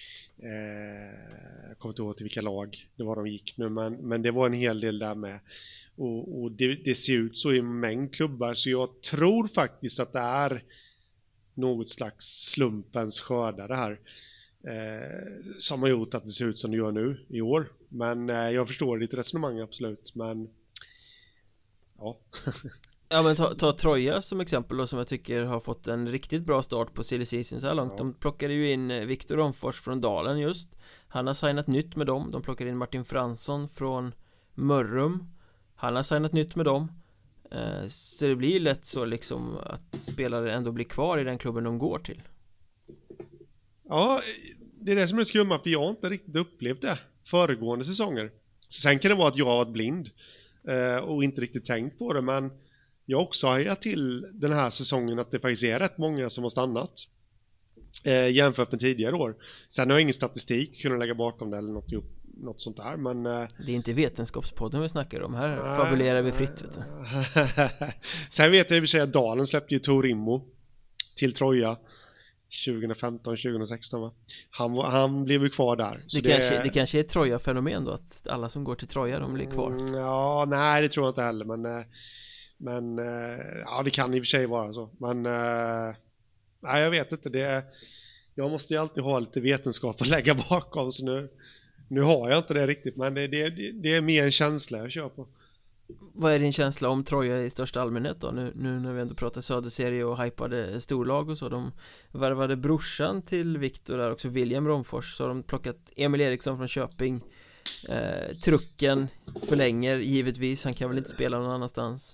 [SPEAKER 2] Eh, jag kommer inte ihåg till vilka lag det var de gick nu, men, men det var en hel del där med, och, och det, det ser ut så i en mängd klubbar, så jag tror faktiskt att det är något slags slumpens skördar det här, eh, som har gjort att det ser ut som det gör nu i år. Men eh, jag förstår ditt resonemang, absolut, men ja.
[SPEAKER 1] Ja, men ta, ta Troja som exempel då, som jag tycker har fått en riktigt bra start på silly season så här långt. Ja. De plockade ju in Viktor Romfors från Dalen just. Han har signat nytt med dem. De plockade in Martin Fransson från Mörrum. Han har signat nytt med dem. eh, Så det blir lätt så liksom att spelare ändå blir kvar i den klubben de går till.
[SPEAKER 2] Ja, det är det som är skumma, för jag har inte riktigt upplevt det föregående säsonger. Sen kan det vara att jag har varit blind eh, och inte riktigt tänkt på det, men jag också har hejat till den här säsongen att det faktiskt är rätt många som har stannat eh, jämfört med tidigare år. Sen har jag ingen statistik kunna lägga bakom det eller något, något sånt där, men eh,
[SPEAKER 1] det är inte vetenskapspodden vi snackar om här, äh, fabulerar vi fritt, vet du.
[SPEAKER 2] Sen vet jag i och för sig att Dalen släppte ju Tor Immo till Troja tjugo femton tjugo sexton, va? Han, han blev ju kvar där.
[SPEAKER 1] Det, det, kanske, det kanske är ett Troja-fenomen då, att alla som går till Troja, de blir kvar.
[SPEAKER 2] Mm, ja, nej, det tror jag inte heller, men eh, Men ja, det kan i och för sig vara så. Men nej, jag vet inte. Det, jag måste ju alltid ha lite vetenskap att lägga bakom. Så nu, nu har jag inte det riktigt. Men det, det, det är mer en känsla jag kör på.
[SPEAKER 1] Vad är din känsla om Troja i största allmänhet då? Nu, nu när vi ändå pratar söderserie och hypade storlag och så. De värvade brorsan till Viktor där också, William Romfors. Så har de plockat Emil Eriksson från Köping. eh, Trucken förlänger givetvis. Han kan väl inte spela någon annanstans.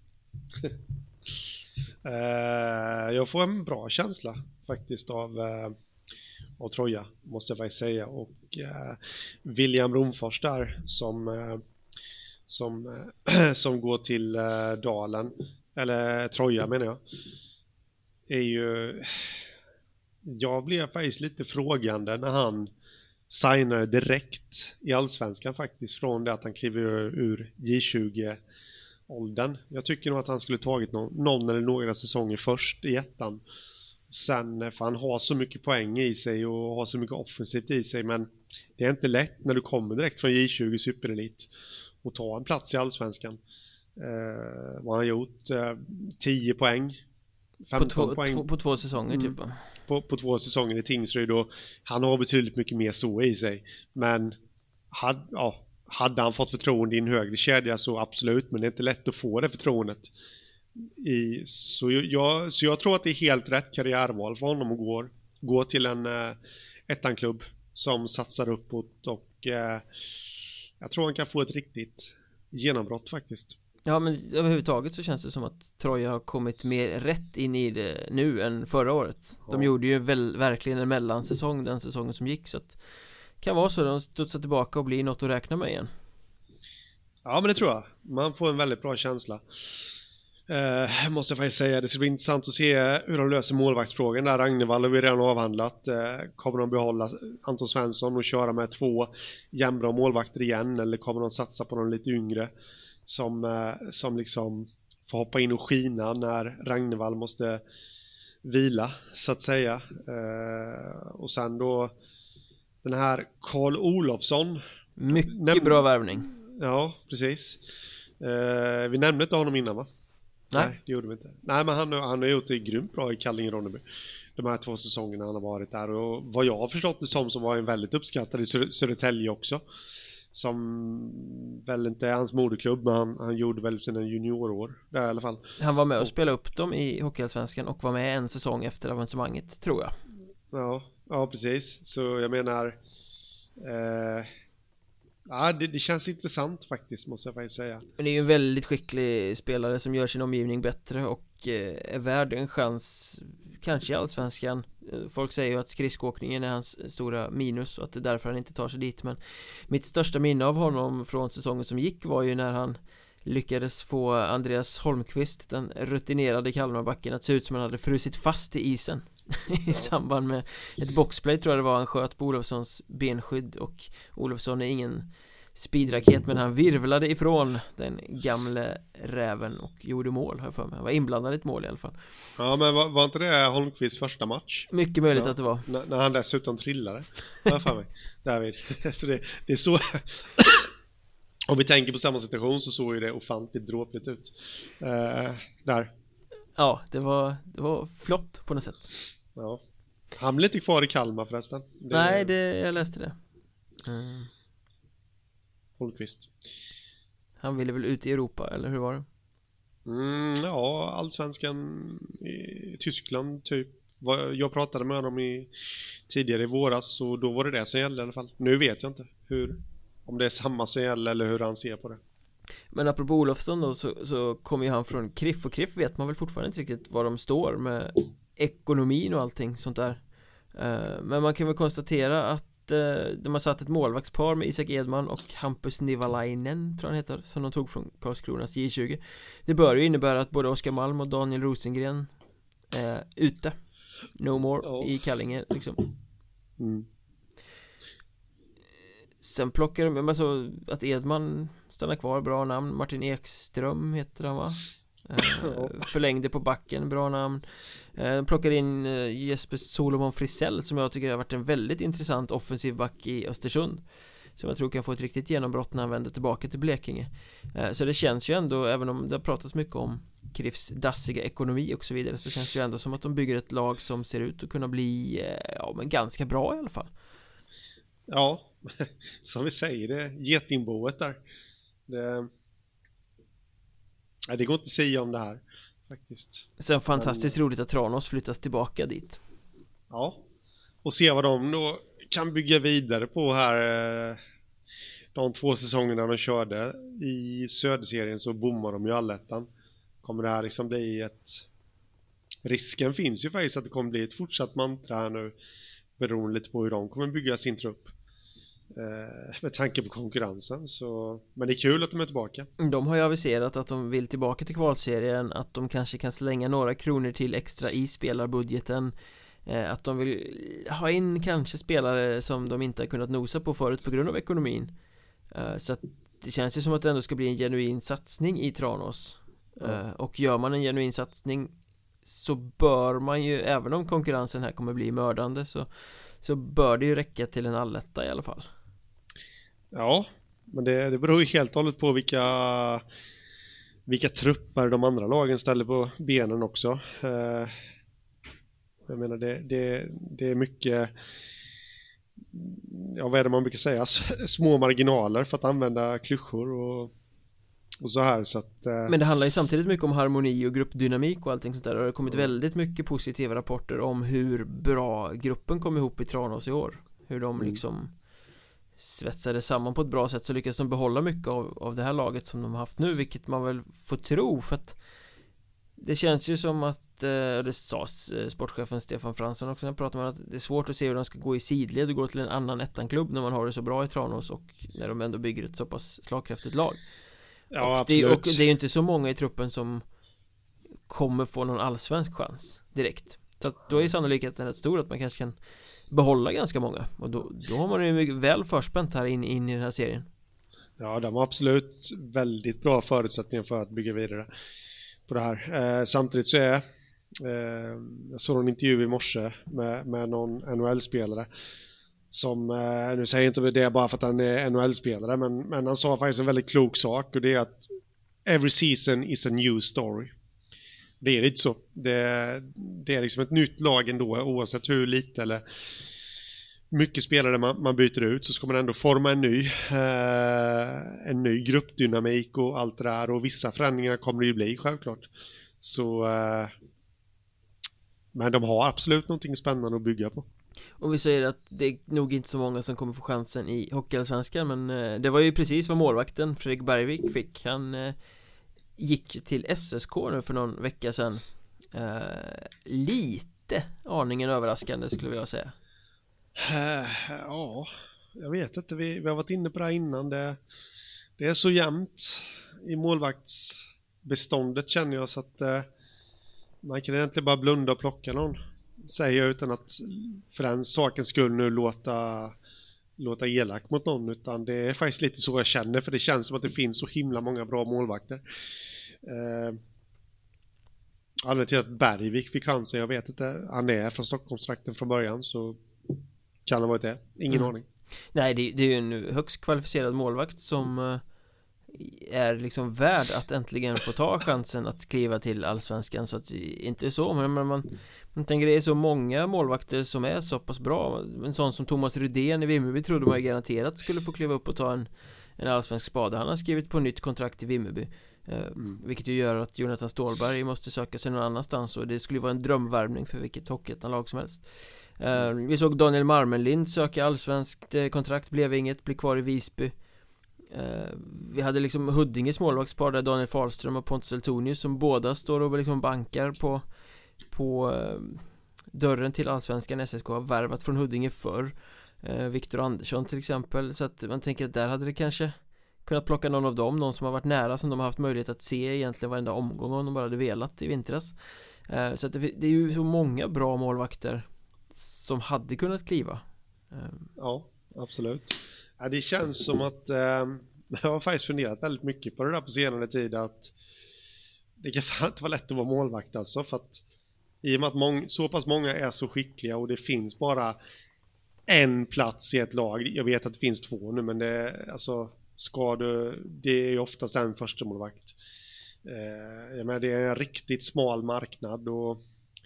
[SPEAKER 2] uh, jag får en bra känsla faktiskt av, uh, av Troja, måste jag faktiskt säga. Och uh, William Romfors där som, uh, som, uh, som går till uh, Dalen, eller Troja menar jag, är ju, jag blev faktiskt lite frågande när han signar direkt i Allsvenskan faktiskt, från det att han kliver ur J tjugo åldern. Jag tycker nog att han skulle tagit någon, någon eller några säsonger först i ettan. Sen, för han har så mycket poäng i sig och har så mycket offensivt i sig, men det är inte lätt när du kommer direkt från J tjugo superelit och ta en plats i Allsvenskan. Eh, vad har han gjort? Eh, tio poäng. femton
[SPEAKER 1] på två,
[SPEAKER 2] poäng.
[SPEAKER 1] Två, på två säsonger
[SPEAKER 2] mm.
[SPEAKER 1] typ.
[SPEAKER 2] På, på två säsonger i Tingsryd, och han har betydligt mycket mer så i sig. Men hade, ja, hade han fått förtroende i en högre kedja så absolut, men det är inte lätt att få det förtroendet. I, så, jag, så jag tror att det är helt rätt karriärval för honom att gå, gå till en uh, ettanklubb som satsar uppåt, och uh, jag tror han kan få ett riktigt genombrott faktiskt.
[SPEAKER 1] Ja, men överhuvudtaget så känns det som att Troja har kommit mer rätt in i det nu än förra året. De ja. gjorde ju väl, verkligen en mellansäsong den säsongen som gick, så att kan vara så att de studsar tillbaka och blir något att räkna med igen.
[SPEAKER 2] Ja, men det tror jag. Man får en väldigt bra känsla. Uh, måste jag faktiskt säga. Det ska bli intressant att se hur de löser målvaktsfrågan där. Ragnevall har vi redan avhandlat. Uh, kommer de behålla Anton Svensson och köra med två jämnbra målvakter igen, eller kommer de satsa på någon lite yngre som, uh, som liksom får hoppa in och skina när Ragnevall måste vila, så att säga. Uh, och sen då den här Karl Olofsson.
[SPEAKER 1] Mycket
[SPEAKER 2] Näm-
[SPEAKER 1] bra värvning.
[SPEAKER 2] Ja, precis. Uh, vi nämnde inte honom innan, va? Nej. Nej, det gjorde vi inte. Nej, men han, han har gjort det grymt bra i Kallinge-Ronneby de här två säsongerna han har varit där. Och vad jag har förstått det som, så var en väldigt uppskattad i Södertälje också. Som väl inte är hans moderklubb, men han, han gjorde väl sina juniorår där i alla fall.
[SPEAKER 1] Han var med och, och spelade upp dem i Hockeyallsvenskan och var med en säsong efter avancemanget, tror jag.
[SPEAKER 2] Ja, ja precis. Så jag menar... Eh, Ja, det, det känns intressant faktiskt, måste jag faktiskt säga.
[SPEAKER 1] Men det är ju en väldigt skicklig spelare som gör sin omgivning bättre och eh, är värd en chans, kanske i Allsvenskan. Folk säger ju att skridskåkningen är hans stora minus och att det är därför han inte tar sig dit. Men mitt största minne av honom från säsongen som gick var ju när han lyckades få Andreas Holmqvist, den rutinerade Kalmarbacken, att se ut som han hade frusit fast i isen. I samband med ett boxplay, tror jag det var. Han sköt på Olofssons benskydd och Olofsson är ingen speedraket, men han virvlade ifrån den gamle räven och gjorde mål, har jag för mig. Han var inblandad i ett mål i alla fall.
[SPEAKER 2] Ja, men var, var inte det Holmqvists första match?
[SPEAKER 1] Mycket möjligt, ja, att det var.
[SPEAKER 2] N- när han dessutom trillade, har jag för mig. David. Så det, det är så... Om vi tänker på samma situation så såg ju det ofantligt dråpligt ut. Uh, där.
[SPEAKER 1] Ja, det var, det var flott på något sätt.
[SPEAKER 2] Ja. Han blev inte kvar i Kalmar förresten.
[SPEAKER 1] Det... Nej, det, jag läste det. Mm.
[SPEAKER 2] Holmqvist.
[SPEAKER 1] Han ville väl ut i Europa, eller hur var det?
[SPEAKER 2] Mm, ja, allsvenskan i Tyskland typ. Jag pratade med honom i, tidigare i våras, så då var det det som gällde i alla fall. Nu vet jag inte hur, om det är samma som gäller eller hur han ser på det.
[SPEAKER 1] Men apropå Olofsson då, så, så kommer ju han från Kriff, och Kriff vet man väl fortfarande inte riktigt var de står med ekonomin och allting sånt där. uh, Men man kan väl konstatera att uh, de har satt ett målvaktspar med Isak Edman och Hampus Nivalainen, tror han heter, som de tog från Karlskronas J tjugo. Det bör ju innebära att både Oskar Malm och Daniel Rosengren är ute. No more oh. i Kallinge liksom. Mm. Sen plockar de, alltså att Edman stannar kvar, bra namn. Martin Ekström heter han, va? Eh, förlängde på backen, bra namn. eh, Plockar in eh, Jesper Solomon Frisell, som jag tycker har varit en väldigt intressant offensiv back i Östersund, som jag tror kan få ett riktigt genombrott när han vänder tillbaka till Blekinge. eh, Så det känns ju ändå, även om det har pratats mycket om Kriffs dassiga ekonomi och så vidare, så känns det ju ändå som att de bygger ett lag som ser ut att kunna bli eh, ja, men ganska bra i alla fall.
[SPEAKER 2] Ja, som vi säger, det getingboet där. Det, nej, det går inte att säga om det här faktiskt.
[SPEAKER 1] Sen fantastiskt Men, roligt att Tranås flyttas tillbaka dit.
[SPEAKER 2] Ja, och se vad de då kan bygga vidare på här. De två säsongerna de körde i Söderserien så bommar de ju allettan. Kommer det här liksom bli ett... Risken finns ju faktiskt att det kommer bli ett fortsatt mantra här nu, beroende lite på hur de kommer bygga sin trupp. Eh, med tanke på konkurrensen så... Men det är kul att de är tillbaka.
[SPEAKER 1] De har ju aviserat att de vill tillbaka till kvalserien, att de kanske kan slänga några kronor till extra i spelarbudgeten, eh, att de vill ha in kanske spelare som de inte har kunnat nosa på förut på grund av ekonomin. eh, Så att det känns ju som att det ändå ska bli en genuin satsning i Tranås.
[SPEAKER 2] Ja.
[SPEAKER 1] eh, Och gör man en genuin satsning så bör man ju, även om konkurrensen här kommer bli mördande, så, så bör det ju räcka till en alletta i alla fall.
[SPEAKER 2] Ja, men det, det beror ju helt och hållet på vilka vilka trupper de andra lagen ställer på benen också. eh, Jag menar det, det, det är mycket, ja, vad är det man brukar säga, små marginaler för att använda klyschor och och så här, så att, eh...
[SPEAKER 1] Men det handlar ju samtidigt mycket om harmoni och gruppdynamik och allting sånt där. Och det har kommit mm. väldigt mycket positiva rapporter om hur bra gruppen kom ihop i Tranås i år. Hur de mm. liksom svetsade samman på ett bra sätt, så lyckas de behålla mycket av, av det här laget som de har haft nu, vilket man väl får tro, för att det känns ju som att, eh, det sa sportchefen Stefan Fransson också när jag pratade med att det är svårt att se hur de ska gå i sidled och gå till en annan ettanklubb när man har det så bra i Tranås och när de ändå bygger ett så pass slagkraftigt lag.
[SPEAKER 2] Ja,
[SPEAKER 1] och, det, och det är ju inte så många i truppen som kommer få någon allsvensk chans direkt. Så att då är sannolikheten rätt stor att man kanske kan behålla ganska många. Och då, då har man ju mycket väl förspänt här in, in i den här serien.
[SPEAKER 2] Ja, de har absolut väldigt bra förutsättningar för att bygga vidare på det här. Eh, samtidigt så är eh, jag såg en intervju i morse med, med någon N H L-spelare som, eh, nu säger jag inte det bara för att han är N H L-spelare, men, men han sa faktiskt en väldigt klok sak, och det är att every season is a new story. Det är inte så. Det, det är liksom ett nytt lag ändå, oavsett hur lite eller mycket spelare man, man byter ut, så ska man ändå forma en ny eh, en ny gruppdynamik och allt det där, och vissa förändringar kommer det ju bli självklart. Så eh, men de har absolut någonting spännande att bygga på.
[SPEAKER 1] Och vi säger att det är nog inte så många som kommer få chansen i Hockeyallsvenskan, men eh, det var ju precis vad målvakten Fredrik Bergvik fick. Han eh, gick till S S K nu för någon vecka sedan. eh, Lite aningen överraskande skulle jag säga.
[SPEAKER 2] Uh, ja, jag vet inte. Vi, vi har varit inne på det här innan. Det, det är så jämnt i målvaktsbeståndet, känner jag, så att uh, man kan egentligen bara blunda och plocka någon, säger jag, utan att för den sakens skull nu låta, låta elak mot någon, utan det är faktiskt lite så jag känner, för det känns som att det finns så himla många bra målvakter. Uh, Anledningen till att Bergvik fick chansen, jag vet inte. Han är från Stockholmstrakten från början, så kan det vara det? Ingen mm. aning.
[SPEAKER 1] Nej, det, det är ju en högst kvalificerad målvakt som uh, är liksom värd att äntligen få ta chansen att kliva till allsvenskan. Så att inte så, men man, man, man tänker det är så många målvakter som är så pass bra. En sån som Thomas Rydén i Vimmerby trodde man ju garanterat skulle få kliva upp och ta en, en allsvensk spade. Han har skrivit på nytt kontrakt i Vimmerby. Uh, mm. Vilket ju gör att Jonathan Ståhlberg måste söka sig någon annanstans, och det skulle vara en drömvärvning för vilket hockeyettan-lag som helst. uh, Vi såg Daniel Marmenlind söka allsvenskt uh, kontrakt, blev inget, blir kvar i Visby. uh, Vi hade liksom Huddinges målvaktspar där, Daniel Fahlström och Pontus Eltonius, som båda står och liksom bankar på, på uh, dörren till allsvenskan. S S K har värvat från Huddinge förr, uh, Viktor Andersson till exempel. Så att man tänker att där hade det kanske kunnat plocka någon av dem, någon som har varit nära, som de har haft möjlighet att se egentligen varenda omgång om de bara hade velat i vintras. uh, Så att det, det är ju så många bra målvakter som hade kunnat kliva. uh.
[SPEAKER 2] Ja, absolut. Ja, det känns som att eh, jag har faktiskt funderat väldigt mycket på det där på senare tid, att det kan fan inte vara lätt att vara målvakt alltså, för att i och med att mång, så pass många är så skickliga och det finns bara en plats i ett lag. Jag vet att det finns två nu, men det, alltså, ska du, det är ju oftast en första målvakt. Eh, jag menar, det är en riktigt smal marknad, och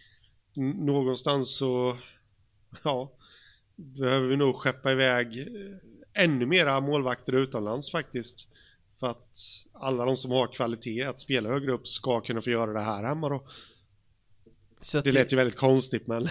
[SPEAKER 2] någonstans så ja, behöver vi nog skeppa iväg ännu mera målvakter utomlands faktiskt, för att alla de som har kvalitet att spela högre upp ska kunna få göra det här hemma då. Så det lät ju väldigt konstigt, men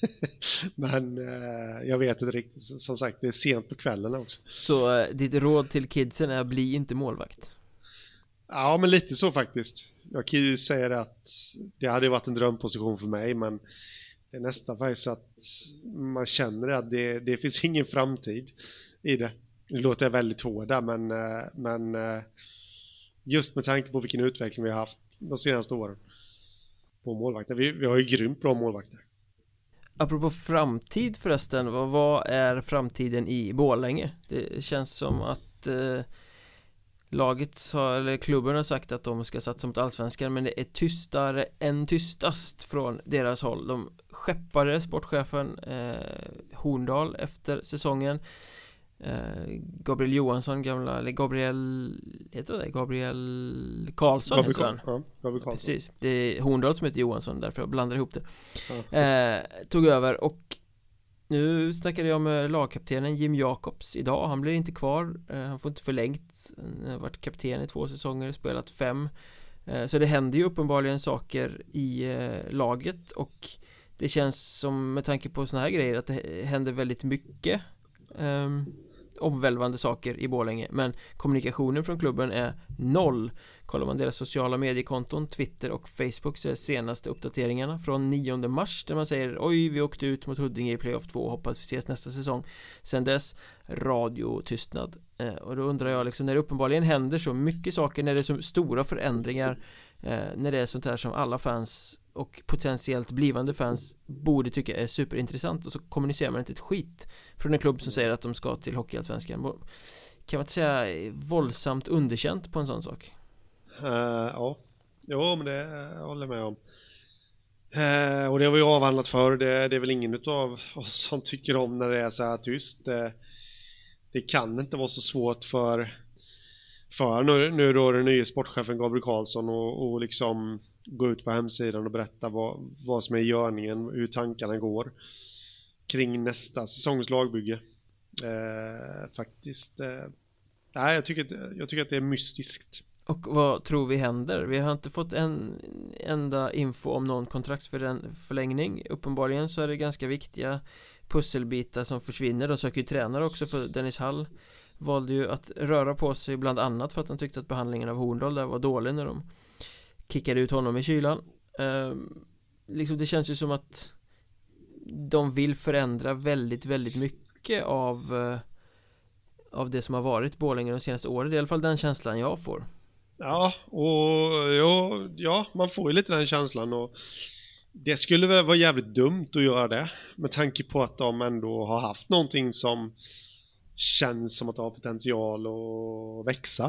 [SPEAKER 2] men eh, jag vet inte riktigt, som sagt, det är sent på kvällen också.
[SPEAKER 1] Så eh, ditt råd till kidsen är att bli inte målvakt?
[SPEAKER 2] Ja, men lite så faktiskt. Jag kan ju säga att det hade varit en drömposition för mig, men det är nästan faktiskt att man känner att det, det finns ingen framtid i det. Det låter väldigt hård där, men, men just med tanke på vilken utveckling vi har haft de senaste åren på målvakter. Vi, vi har ju grymt bra målvakter.
[SPEAKER 1] Apropå framtid förresten, vad, vad är framtiden i Borlänge? Det känns som att eh, laget har, eller klubben har sagt att de ska satsa mot allsvenskan, men det är tystare än tystast från deras håll. De skeppade sportchefen eh, Horndal efter säsongen. eh, Gabriel Johansson, gamla, eller Gabriel heter det, Gabriel Karlsson
[SPEAKER 2] Gabriel,
[SPEAKER 1] heter han.
[SPEAKER 2] Ja, Gabriel Karlsson.
[SPEAKER 1] Precis, det är Horndal som heter Johansson, därför jag blandar ihop det. Ja. eh, Tog över, och nu snackade jag med lagkaptenen Jim Jacobs idag. Han blir inte kvar, eh, han får inte förlängt. Han har varit kapten i två säsonger, spelat fem. eh, Så det händer ju uppenbarligen saker i eh, laget, och det känns som, med tanke på såna här grejer, att det händer väldigt mycket eh, omvälvande saker i Borlänge. Men kommunikationen från klubben är noll. Kollar man deras sociala mediekonton, Twitter och Facebook, så är senaste uppdateringarna från nionde mars där man säger: oj, vi åkte ut mot Huddinge i playoff två, hoppas vi ses nästa säsong. Sen dess radiotystnad. eh, Och då undrar jag liksom, när det uppenbarligen händer så mycket saker, när det är så stora förändringar, eh, när det är sånt här som alla fans och potentiellt blivande fans borde tycka är superintressant, och så kommunicerar man inte ett skit från en klubb som säger att de ska till Hockeyallsvenskan. Kan man inte säga våldsamt underkänt på en sån sak?
[SPEAKER 2] Uh, ja, jo, men det jag håller med om. Uh, och det har vi avhandlat för. Det, det är väl ingen av oss som tycker om när det är så här tyst. Det, det kan inte vara så svårt för, för nu, nu då den nya sportchefen Gabriel Karlsson och, och liksom gå ut på hemsidan och berätta vad, vad som är görningen, hur tankarna går kring nästa säsongs lagbygge. Uh, faktiskt. Uh, nej, jag tycker, jag tycker att det är mystiskt.
[SPEAKER 1] Och vad tror vi händer? Vi har inte fått en enda info om någon kontraktsförlängning. Uppenbarligen så är det ganska viktiga pusselbitar som försvinner. De söker ju tränare också, för Dennis Hall valde ju att röra på sig bland annat för att han tyckte att behandlingen av Horndal där var dålig när de kickade ut honom i kylan. Ehm, liksom det känns ju som att de vill förändra väldigt, väldigt mycket av, av det som har varit Borlänge de senaste åren. Det är i alla fall den känslan jag får.
[SPEAKER 2] Ja, och ja, ja, man får ju lite den känslan, och det skulle väl vara jävligt dumt att göra det med tanke på att de ändå har haft någonting som känns som att ha potential att växa.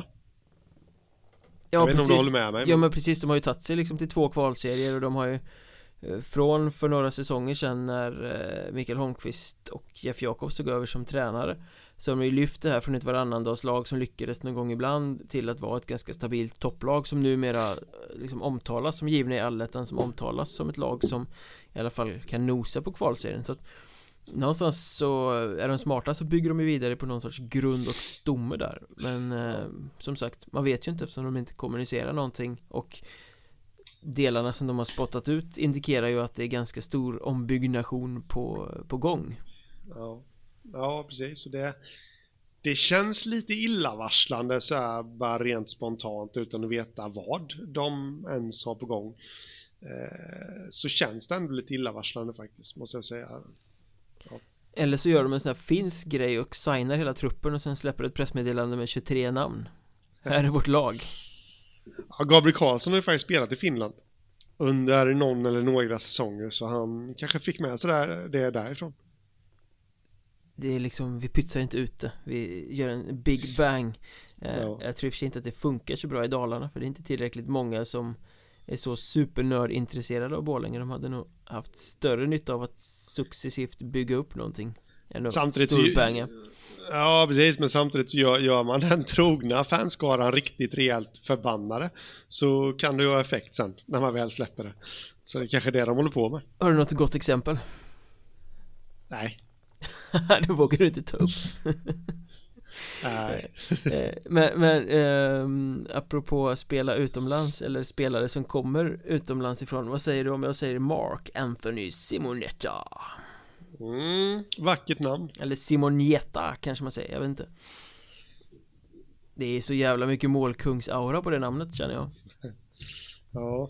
[SPEAKER 1] Ja,
[SPEAKER 2] jag vet inte
[SPEAKER 1] precis.
[SPEAKER 2] om du håller med mig.
[SPEAKER 1] Ja, men precis, de har ju tagit sig liksom till två kvalserier, och de har ju från för några säsonger sedan när Mikael Holmqvist och Jeff Jakobs tog över som tränare, så har de ju lyft det här från ett varannandagslag som lyckades någon gång ibland till att vara ett ganska stabilt topplag som numera liksom omtalas som givna i allettan, som omtalas som ett lag som i alla fall kan nosa på kvalserien. Så att någonstans så är de smarta, så bygger de ju vidare på någon sorts grund och stomme där. Men eh, som sagt, man vet ju inte eftersom de inte kommunicerar någonting, och delarna som de har spottat ut indikerar ju att det är ganska stor ombyggnation på, på gång.
[SPEAKER 2] Ja, ja precis. Och det, det känns lite illavarslande så här, bara rent spontant utan att veta vad de ens har på gång. Eh, så känns det ändå lite illavarslande faktiskt, måste jag säga. Ja.
[SPEAKER 1] Eller så gör de en sån här finsk grej och signar hela truppen och sen släpper ett pressmeddelande med tjugotre namn. Här är vårt lag.
[SPEAKER 2] Ja, Gabriel Karlsson har ju faktiskt spelat i Finland under någon eller några säsonger, så han kanske fick med sig där, det därifrån.
[SPEAKER 1] Det är liksom, vi pytsar inte ut det. Vi gör en big bang. eh,
[SPEAKER 2] Ja.
[SPEAKER 1] Jag tror i och för sig inte att det funkar så bra i Dalarna, för det är inte tillräckligt många som är så supernördintresserade av Borlänge. De hade nog haft större nytta av att successivt bygga upp någonting än
[SPEAKER 2] Samtidigt
[SPEAKER 1] storbanga.
[SPEAKER 2] Ja, precis, men samtidigt så gör, gör man den trogna fanskaran riktigt rejält förbannade, så kan det ju ha effekt sen när man väl släpper det. Så det är kanske det de håller på med.
[SPEAKER 1] Har du något gott exempel?
[SPEAKER 2] Nej.
[SPEAKER 1] Det vågar du inte ta upp.
[SPEAKER 2] Nej.
[SPEAKER 1] Men, men ähm, apropå spela utomlands, eller spelare som kommer utomlands ifrån, vad säger du om jag säger Mark Anthony Simonetta?
[SPEAKER 2] Mm, vackert namn.
[SPEAKER 1] Eller Simonietta kanske man säger, jag vet inte. Det är så jävla mycket målkungsaura på det namnet, känner jag.
[SPEAKER 2] Ja.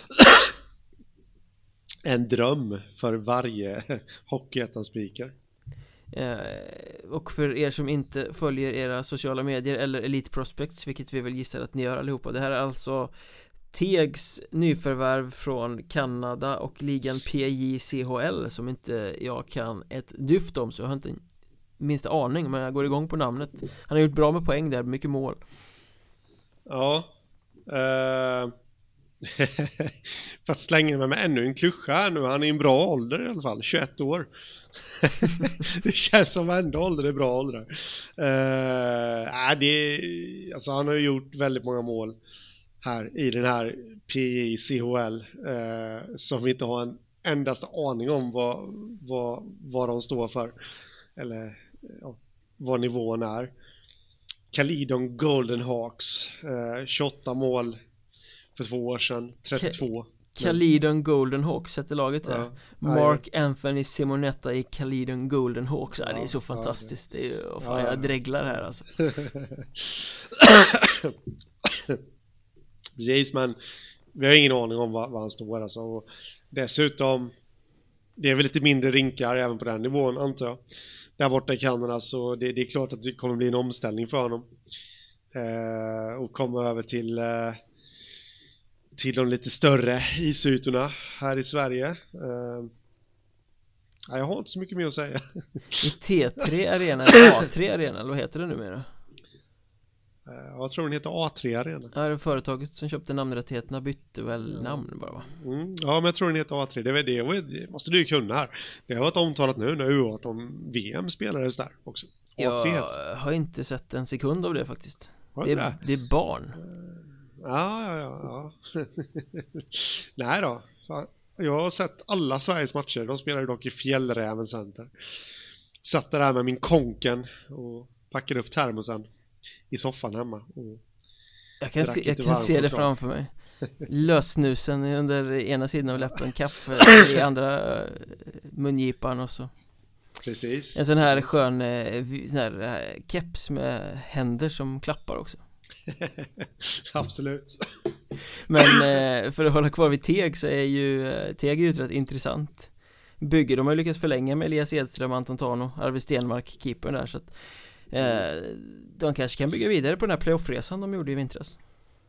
[SPEAKER 2] En dröm för varje Hockeyettan-speaker.
[SPEAKER 1] Eh, och för er som inte följer era sociala medier eller Elite Prospects, vilket vi väl gissar att ni gör allihopa, det här är alltså Tegs nyförvärv från Kanada och ligan P J C H L, som inte jag kan ett dyft om, så jag har inte minsta aning, men jag går igång på namnet. Han har gjort bra med poäng där, mycket mål.
[SPEAKER 2] Ja. Uh... För att slänga mig med ännu en klyscha här nu. Han är i en bra ålder i alla fall, tjugoett år. Det känns som varenda ålder är bra ålder. uh, äh, det, alltså han har ju gjort väldigt många mål här i den här P J C H L, uh, som vi inte har en endaste aning om vad, vad, vad de står för, eller ja, vad nivån är. Caledon Golden Hawks, uh, tjugoåtta mål för två år sedan, trettiotvå.
[SPEAKER 1] Caledon Golden Hawks heter laget här.
[SPEAKER 2] Ja.
[SPEAKER 1] Mark Anthony Simonetta i Caledon Golden Hawks. Ja,
[SPEAKER 2] ja,
[SPEAKER 1] det är så fantastiskt.
[SPEAKER 2] Ja,
[SPEAKER 1] det. Det är ju, oh, fan,
[SPEAKER 2] ja,
[SPEAKER 1] jag dreglar här alltså.
[SPEAKER 2] Precis, men vi har ingen aning om vad, vad han står alltså. Och dessutom, det är väl lite mindre rinkar även på den nivån, antar jag. Där borta i Kanada, så det, det är klart att det kommer bli en omställning för honom. Eh, och komma över till... Eh, till de lite större isytorna här i Sverige. Uh, jag har inte så mycket mer att säga.
[SPEAKER 1] I T tre Arena eller A tre Arena, eller vad heter det numera?
[SPEAKER 2] Jag tror den heter A tre Arena.
[SPEAKER 1] Ja, det företaget som köpte namnrättigheterna bytte väl
[SPEAKER 2] ja. namn
[SPEAKER 1] bara va?
[SPEAKER 2] Mm. Ja, men jag tror den heter A tre. Det är det, det måste du ju kunna här. Det har varit omtalat nu när U arton V M spelades där också. A tre.
[SPEAKER 1] Jag har inte sett en sekund av det faktiskt. Det är,
[SPEAKER 2] det?
[SPEAKER 1] det är barn.
[SPEAKER 2] Ja, ja, ja. ja. Nej då. Fan. Jag har sett alla Sveriges matcher. De spelar dock i Fjällräven Center. Satt där med min konken och packade upp termosen i soffan hemma. Och
[SPEAKER 1] jag kan se, jag kan se det framför mig. Lösnusen under ena sidan av läppen, kaffe i andra mungipan och så.
[SPEAKER 2] Precis.
[SPEAKER 1] En sån här skön sån här keps med händer som klappar också.
[SPEAKER 2] Absolut.
[SPEAKER 1] Men för att hålla kvar vid Teg så är ju Teg ju rätt intressant. Bygge, de har ju lyckats förlänga med Elias Edström, Anton Tano, Arvid Stenmark, keepern där, så att eh, de kanske kan bygga vidare på den här playoffresan de gjorde i vintras.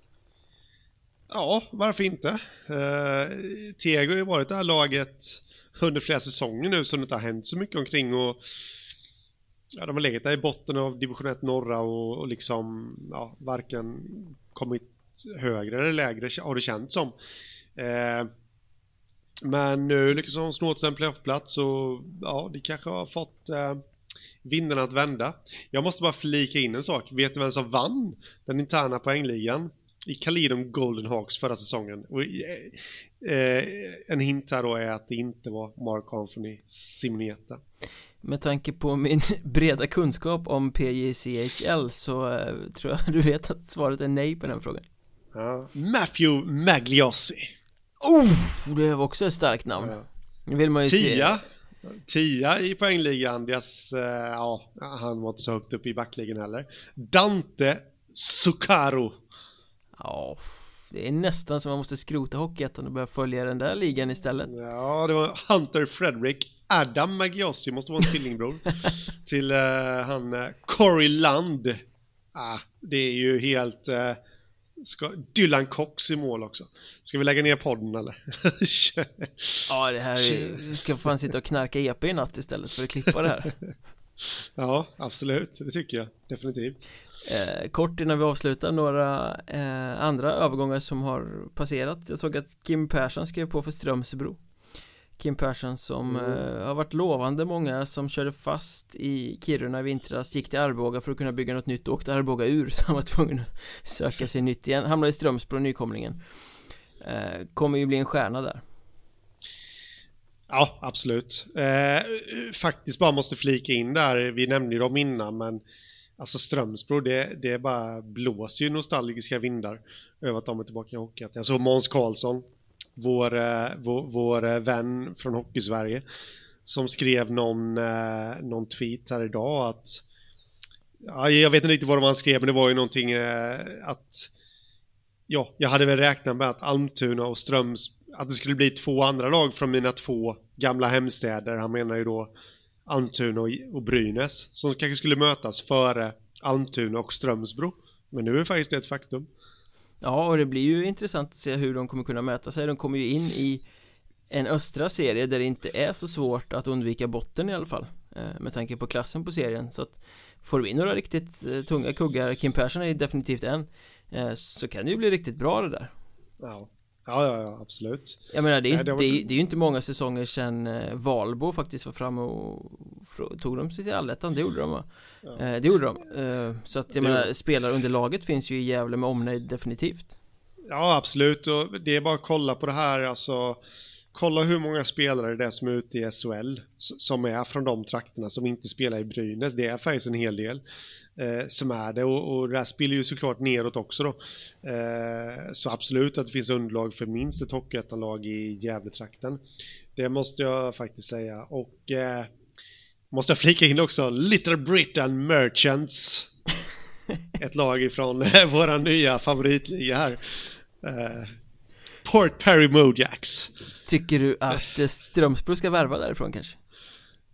[SPEAKER 2] Ja, varför inte? Eh, Teg har ju varit det här laget under flera säsonger nu som det inte har hänt så mycket omkring, och ja, de har legat där i botten av division ett norra och, och liksom ja, varken kommit högre eller lägre har det känts som. Eh, men nu lyckas de snå till en playoffplats, och ja, det kanske har fått eh, vindarna att vända. Jag måste bara flika in en sak. Vet du vem som vann den interna poängligan i Kalidom Golden Hawks förra säsongen? Och, eh, en hint här då är att det inte var Mark Anthony Simonieta.
[SPEAKER 1] Med tanke på min breda kunskap om P J C H L så eh, tror jag du vet att svaret är nej på den frågan.
[SPEAKER 2] Ja. Matthew Magliossi.
[SPEAKER 1] Oh, det var också ett starkt namn.
[SPEAKER 2] Ja.
[SPEAKER 1] Vill man ju
[SPEAKER 2] Tia.
[SPEAKER 1] se.
[SPEAKER 2] Tia i poängligan. Deras, uh, ja, han var inte så högt upp i backligan heller. Dante Zuccaro.
[SPEAKER 1] Ja, det är nästan som man måste skrota Hockeyettan och börja följa den där ligan istället.
[SPEAKER 2] Ja, det var Hunter Frederick. Adam Magliossi måste vara en tvillingbror till uh, han uh, Corey Land. Ah, det är ju helt uh, ska, Dylan Cox i mål också. Ska vi lägga ner podden eller?
[SPEAKER 1] Ja, det här är, ska fan sitta och knarka E P i natt istället för att klippa det här.
[SPEAKER 2] Ja, absolut, det tycker jag definitivt.
[SPEAKER 1] eh, Kort innan vi avslutar, några eh, andra övergångar som har passerat. Jag såg att Kim Persson skrev på för Strömsbro. Kim Persson som mm. eh, har varit lovande. Många som körde fast i Kiruna i vintras gick till Arboga för att kunna bygga något nytt och åkte Arboga ur, så han var tvungen att söka sig nytt igen. Hamnade i Strömsbro, nykomlingen. eh, Kommer ju bli en stjärna där.
[SPEAKER 2] Ja, absolut. eh, Faktiskt bara måste flika in där. Vi nämnde ju dem innan, men alltså Strömsbro, det, det bara blåser ju nostalgiska vindar över att de är tillbaka i hockey. Jag såg Måns Karlsson, Vår, vår, vår vän från Hockeysverige, som skrev någon, någon tweet här idag att ja, jag vet inte riktigt vad det var han skrev, men det var ju någonting att ja, jag hade väl räknat med att Almtuna och Ströms, att det skulle bli två andra lag från mina två gamla hemstäder. Han menar ju då Almtuna och, och Brynäs som kanske skulle mötas före Almtuna och Strömsbro, men nu är faktiskt det ett faktum.
[SPEAKER 1] Ja, och det blir ju intressant att se hur de kommer kunna möta sig. De kommer ju in i en östra serie där det inte är så svårt att undvika botten i alla fall, med tanke på klassen på serien. Så att får vi in några riktigt tunga kuggar, Kim Persson är definitivt en, så kan det ju bli riktigt bra det där.
[SPEAKER 2] Ja, ja, ja, ja absolut.
[SPEAKER 1] Jag menar, det är,
[SPEAKER 2] Nej, det, var...
[SPEAKER 1] det, är, det är ju inte många säsonger sedan Valbo faktiskt var framme och tog dem sig till allettan. Det gjorde de, va? Ja. Det gjorde de. Så att jag det... menar, spelarunderlaget finns ju i Gävle med omnejd definitivt.
[SPEAKER 2] Ja, absolut. Och det är bara att kolla på det här. Alltså, kolla hur många spelare det är som är ute i S H L som är från de trakterna, som inte spelar i Brynäs. Det är faktiskt en hel del eh, som är det. Och, och det här spelar ju såklart neråt också då. Eh, så absolut att det finns underlag för minst ett hockeyettanlag i Gävletrakten. Det måste jag faktiskt säga. Och eh, måste jag flika in också, Little Britain Merchants. Ett lag ifrån eh, våra nya favoritliga här. Eh, Port Perry Mojacks.
[SPEAKER 1] Tycker du att Strömsbro ska värva därifrån kanske?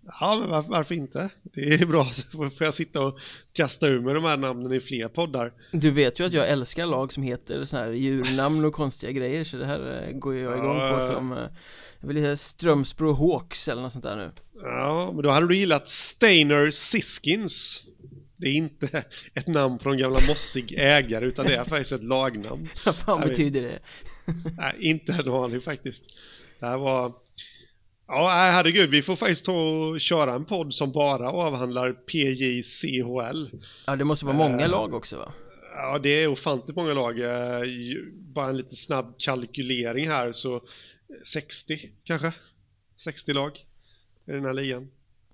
[SPEAKER 2] Ja, men varför, varför inte? Det är bra, så får jag sitta och kasta ur med de här namnen i fler poddar.
[SPEAKER 1] Du vet ju att jag älskar lag som heter så här djurnamn och konstiga grejer, så det här går jag igång
[SPEAKER 2] Ja,
[SPEAKER 1] på som jag vill säga Strömsbro Hawks eller något sånt där nu.
[SPEAKER 2] Ja, men då hade du gillat Steiner Siskins. Det är inte ett namn från gamla mossig ägare, utan det är faktiskt ett lagnamn.
[SPEAKER 1] Vad fan
[SPEAKER 2] Jag
[SPEAKER 1] betyder det?
[SPEAKER 2] Nej, inte en aning faktiskt. Det här var... Ja, herregud, vi får faktiskt ta och köra en podd som bara avhandlar P J C H L.
[SPEAKER 1] Ja, det måste vara många uh, lag också, va?
[SPEAKER 2] Ja, det är ofantligt många lag. Bara en lite snabb kalkylering här, så sextio kanske. sextio lag i den här ligan.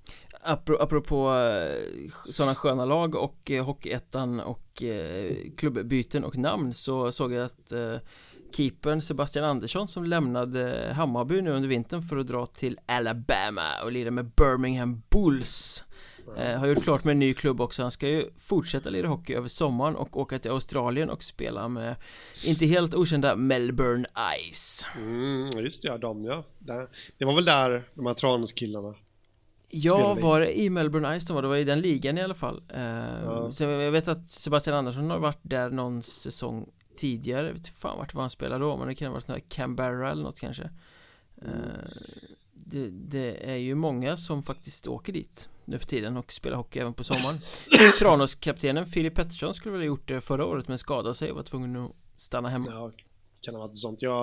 [SPEAKER 1] Apropå sådana sköna lag och eh, Hockeyettan och eh, klubbbyten och namn, så såg jag att eh, keepern Sebastian Andersson, som lämnade Hammarby nu under vintern för att dra till Alabama och lira med Birmingham Bulls, eh, har gjort klart med en ny klubb också. Han ska ju fortsätta lira hockey över sommaren och åka till Australien och spela med inte helt okända Melbourne Ice.
[SPEAKER 2] Mm, just det, ja, de, ja. Det var väl där de här Tranåskillarna.
[SPEAKER 1] Ja, var det i Melbourne Ice de var? Det var i den ligan i alla fall. eh, ja. Så jag vet att Sebastian Andersson har varit där någon säsong tidigare. Jag vet inte fan vart var han spelade då, men det kan ha varit sån här Canberra eller något kanske. mm. eh, det, det är ju många som faktiskt åker dit nu för tiden och spelar hockey även på sommaren. Tranås-kaptenen Filip Pettersson skulle väl ha gjort det förra året, men skadade sig och var tvungen att stanna hemma.
[SPEAKER 2] Ja, kan ha varit sånt. Jag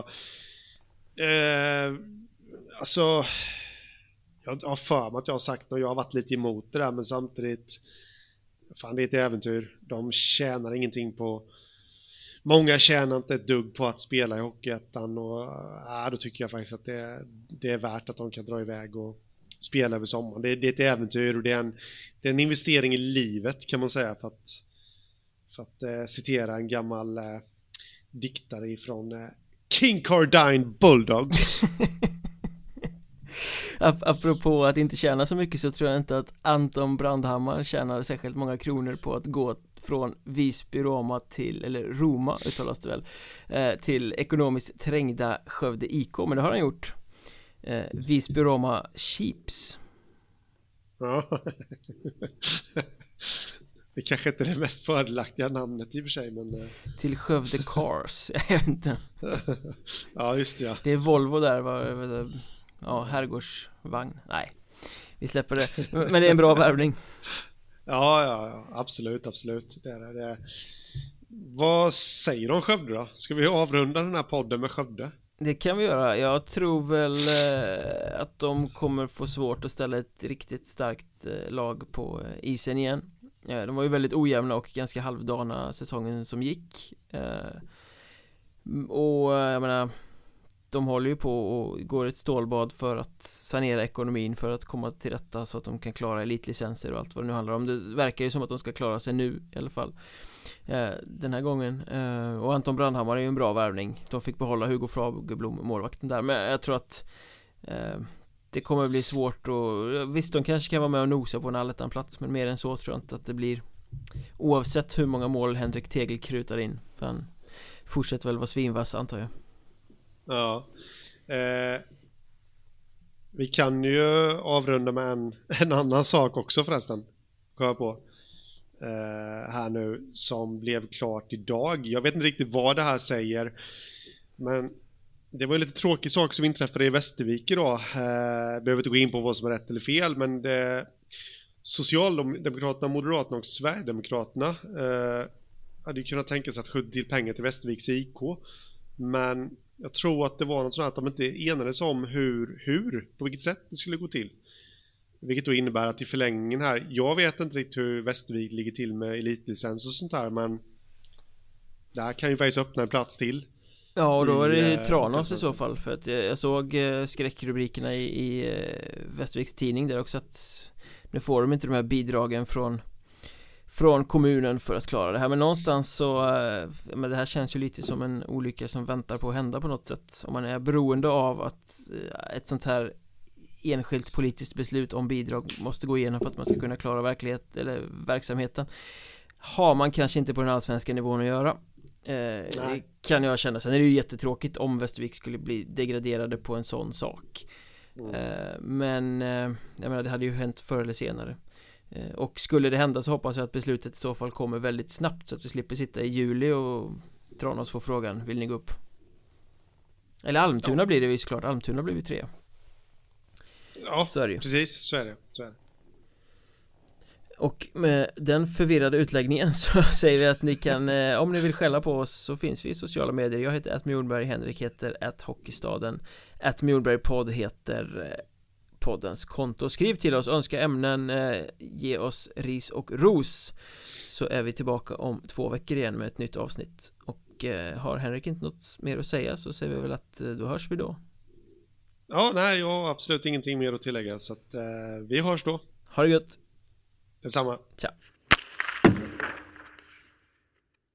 [SPEAKER 2] eh, alltså jag har för mig att jag har sagt och jag har varit lite emot det där, men samtidigt fan, det är ett äventyr. De tjänar ingenting på, många tjänar inte ett dugg på att spela i Hockeyettan, och äh, då tycker jag faktiskt att det, det är värt att de kan dra iväg och spela över sommaren. Det, det är ett äventyr och det är, en, det är en investering i livet, kan man säga, för att, för att äh, citera en gammal äh, diktare ifrån äh, Kincardine Bulldogs.
[SPEAKER 1] Apropå att inte tjäna så mycket, så tror jag inte att Anton Brandhammar tjänar särskilt många kronor på att gå från Visby Roma till, eller Roma uttalas det väl, eh, till ekonomiskt trängda Skövde I K, men det har han gjort. eh, Visby Roma Chips.
[SPEAKER 2] Ja. Det kanske inte är det mest fördelaktiga namnet i och för sig, men eh.
[SPEAKER 1] till Skövde Cars. Jag vet inte.
[SPEAKER 2] Ja, just det, ja.
[SPEAKER 1] Det är Volvo där, var ja, herrgårdsvagn. Nej, vi släpper det. Men det är en bra värvning.
[SPEAKER 2] Ja, ja, ja, absolut, absolut. Det är det. Vad säger du om Skövde då? Ska vi avrunda den här podden med Skövde?
[SPEAKER 1] Det kan vi göra. Jag tror väl eh, att de kommer få svårt att ställa ett riktigt starkt eh, lag på eh, isen igen. Ja, de var ju väldigt ojämna och ganska halvdana säsongen som gick. Eh, och jag menar, de håller ju på och går ett stålbad för att sanera ekonomin, för att komma till rätta så att de kan klara elitlicenser och allt vad det nu handlar om. Det verkar ju som att de ska klara sig nu i alla fall, eh, den här gången. eh, Och Anton Brandhammar är ju en bra värvning. De fick behålla Hugo Fagerblom, målvakten där. Men jag tror att eh, det kommer bli svårt. Och visst, de kanske kan vara med och nosa på en allettan-plats, men mer än så tror jag inte att det blir, oavsett hur många mål Henrik Tegel krutar in. För han fortsätter väl vara svinvass, antar jag. Ja,
[SPEAKER 2] eh, vi kan ju avrunda med en, en annan sak också förresten, kom jag på eh, här nu, som blev klart idag. Jag vet inte riktigt vad det här säger, men det var en lite tråkig sak som inträffade i Västervik idag. eh, Behöver inte gå in på vad som är rätt eller fel, men det, Socialdemokraterna, Moderaterna och Sverigedemokraterna eh, hade ju kunnat tänka sig att skjuta till pengar till Västerviks I K, men jag tror att det var något sånt att de inte enades om hur, hur, på vilket sätt det skulle gå till. Vilket då innebär att i förlängningen här, jag vet inte riktigt hur Västervik ligger till med elitlicens och sånt där, men det här kan ju faktiskt öppna en plats till.
[SPEAKER 1] Ja, och då är det i, Tranås i så fall, för att jag, jag såg eh, skräckrubrikerna i, i eh, Västerviks tidning där också, att nu får de inte de här bidragen från från kommunen för att klara det här, men någonstans så men det här känns ju lite som en olycka som väntar på att hända på något sätt. Om man är beroende av att ett sånt här enskilt politiskt beslut om bidrag måste gå igenom för att man ska kunna klara verklighet eller verksamheten, har man kanske inte på den allsvenska nivån att göra. eh, det kan jag känna. Sen är det ju jättetråkigt om Västervik skulle bli degraderade på en sån sak.
[SPEAKER 2] Mm.
[SPEAKER 1] eh, Men eh, jag menar, det hade ju hänt förr eller senare. eh, Och skulle det hända så hoppas jag att beslutet i så fall kommer väldigt snabbt, så att vi slipper sitta i juli och Tranås får frågan, vill ni gå upp? Eller Almtuna, ja. Blir det ju såklart, Almtuna blir vi tre.
[SPEAKER 2] Ja,
[SPEAKER 1] så är det ju.
[SPEAKER 2] Precis, så är det, så är det.
[SPEAKER 1] Och med den förvirrade utläggningen så säger vi att ni kan, eh, om ni vill skälla på oss så finns vi i sociala medier. Jag heter att Mjolberg, Henrik heter att Hockeystaden, att Mjolberg podd heter eh, poddens konto. Skriv till oss, önska ämnen, eh, ge oss ris och ros, så är vi tillbaka om två veckor igen med ett nytt avsnitt. Och eh, har Henrik inte något mer att säga så säger vi väl att eh, då hörs vi då.
[SPEAKER 2] Ja, nej, jag har absolut ingenting mer att tillägga, så att eh, vi hörs då.
[SPEAKER 1] Ha det gött.
[SPEAKER 2] Detsamma.
[SPEAKER 1] Ciao.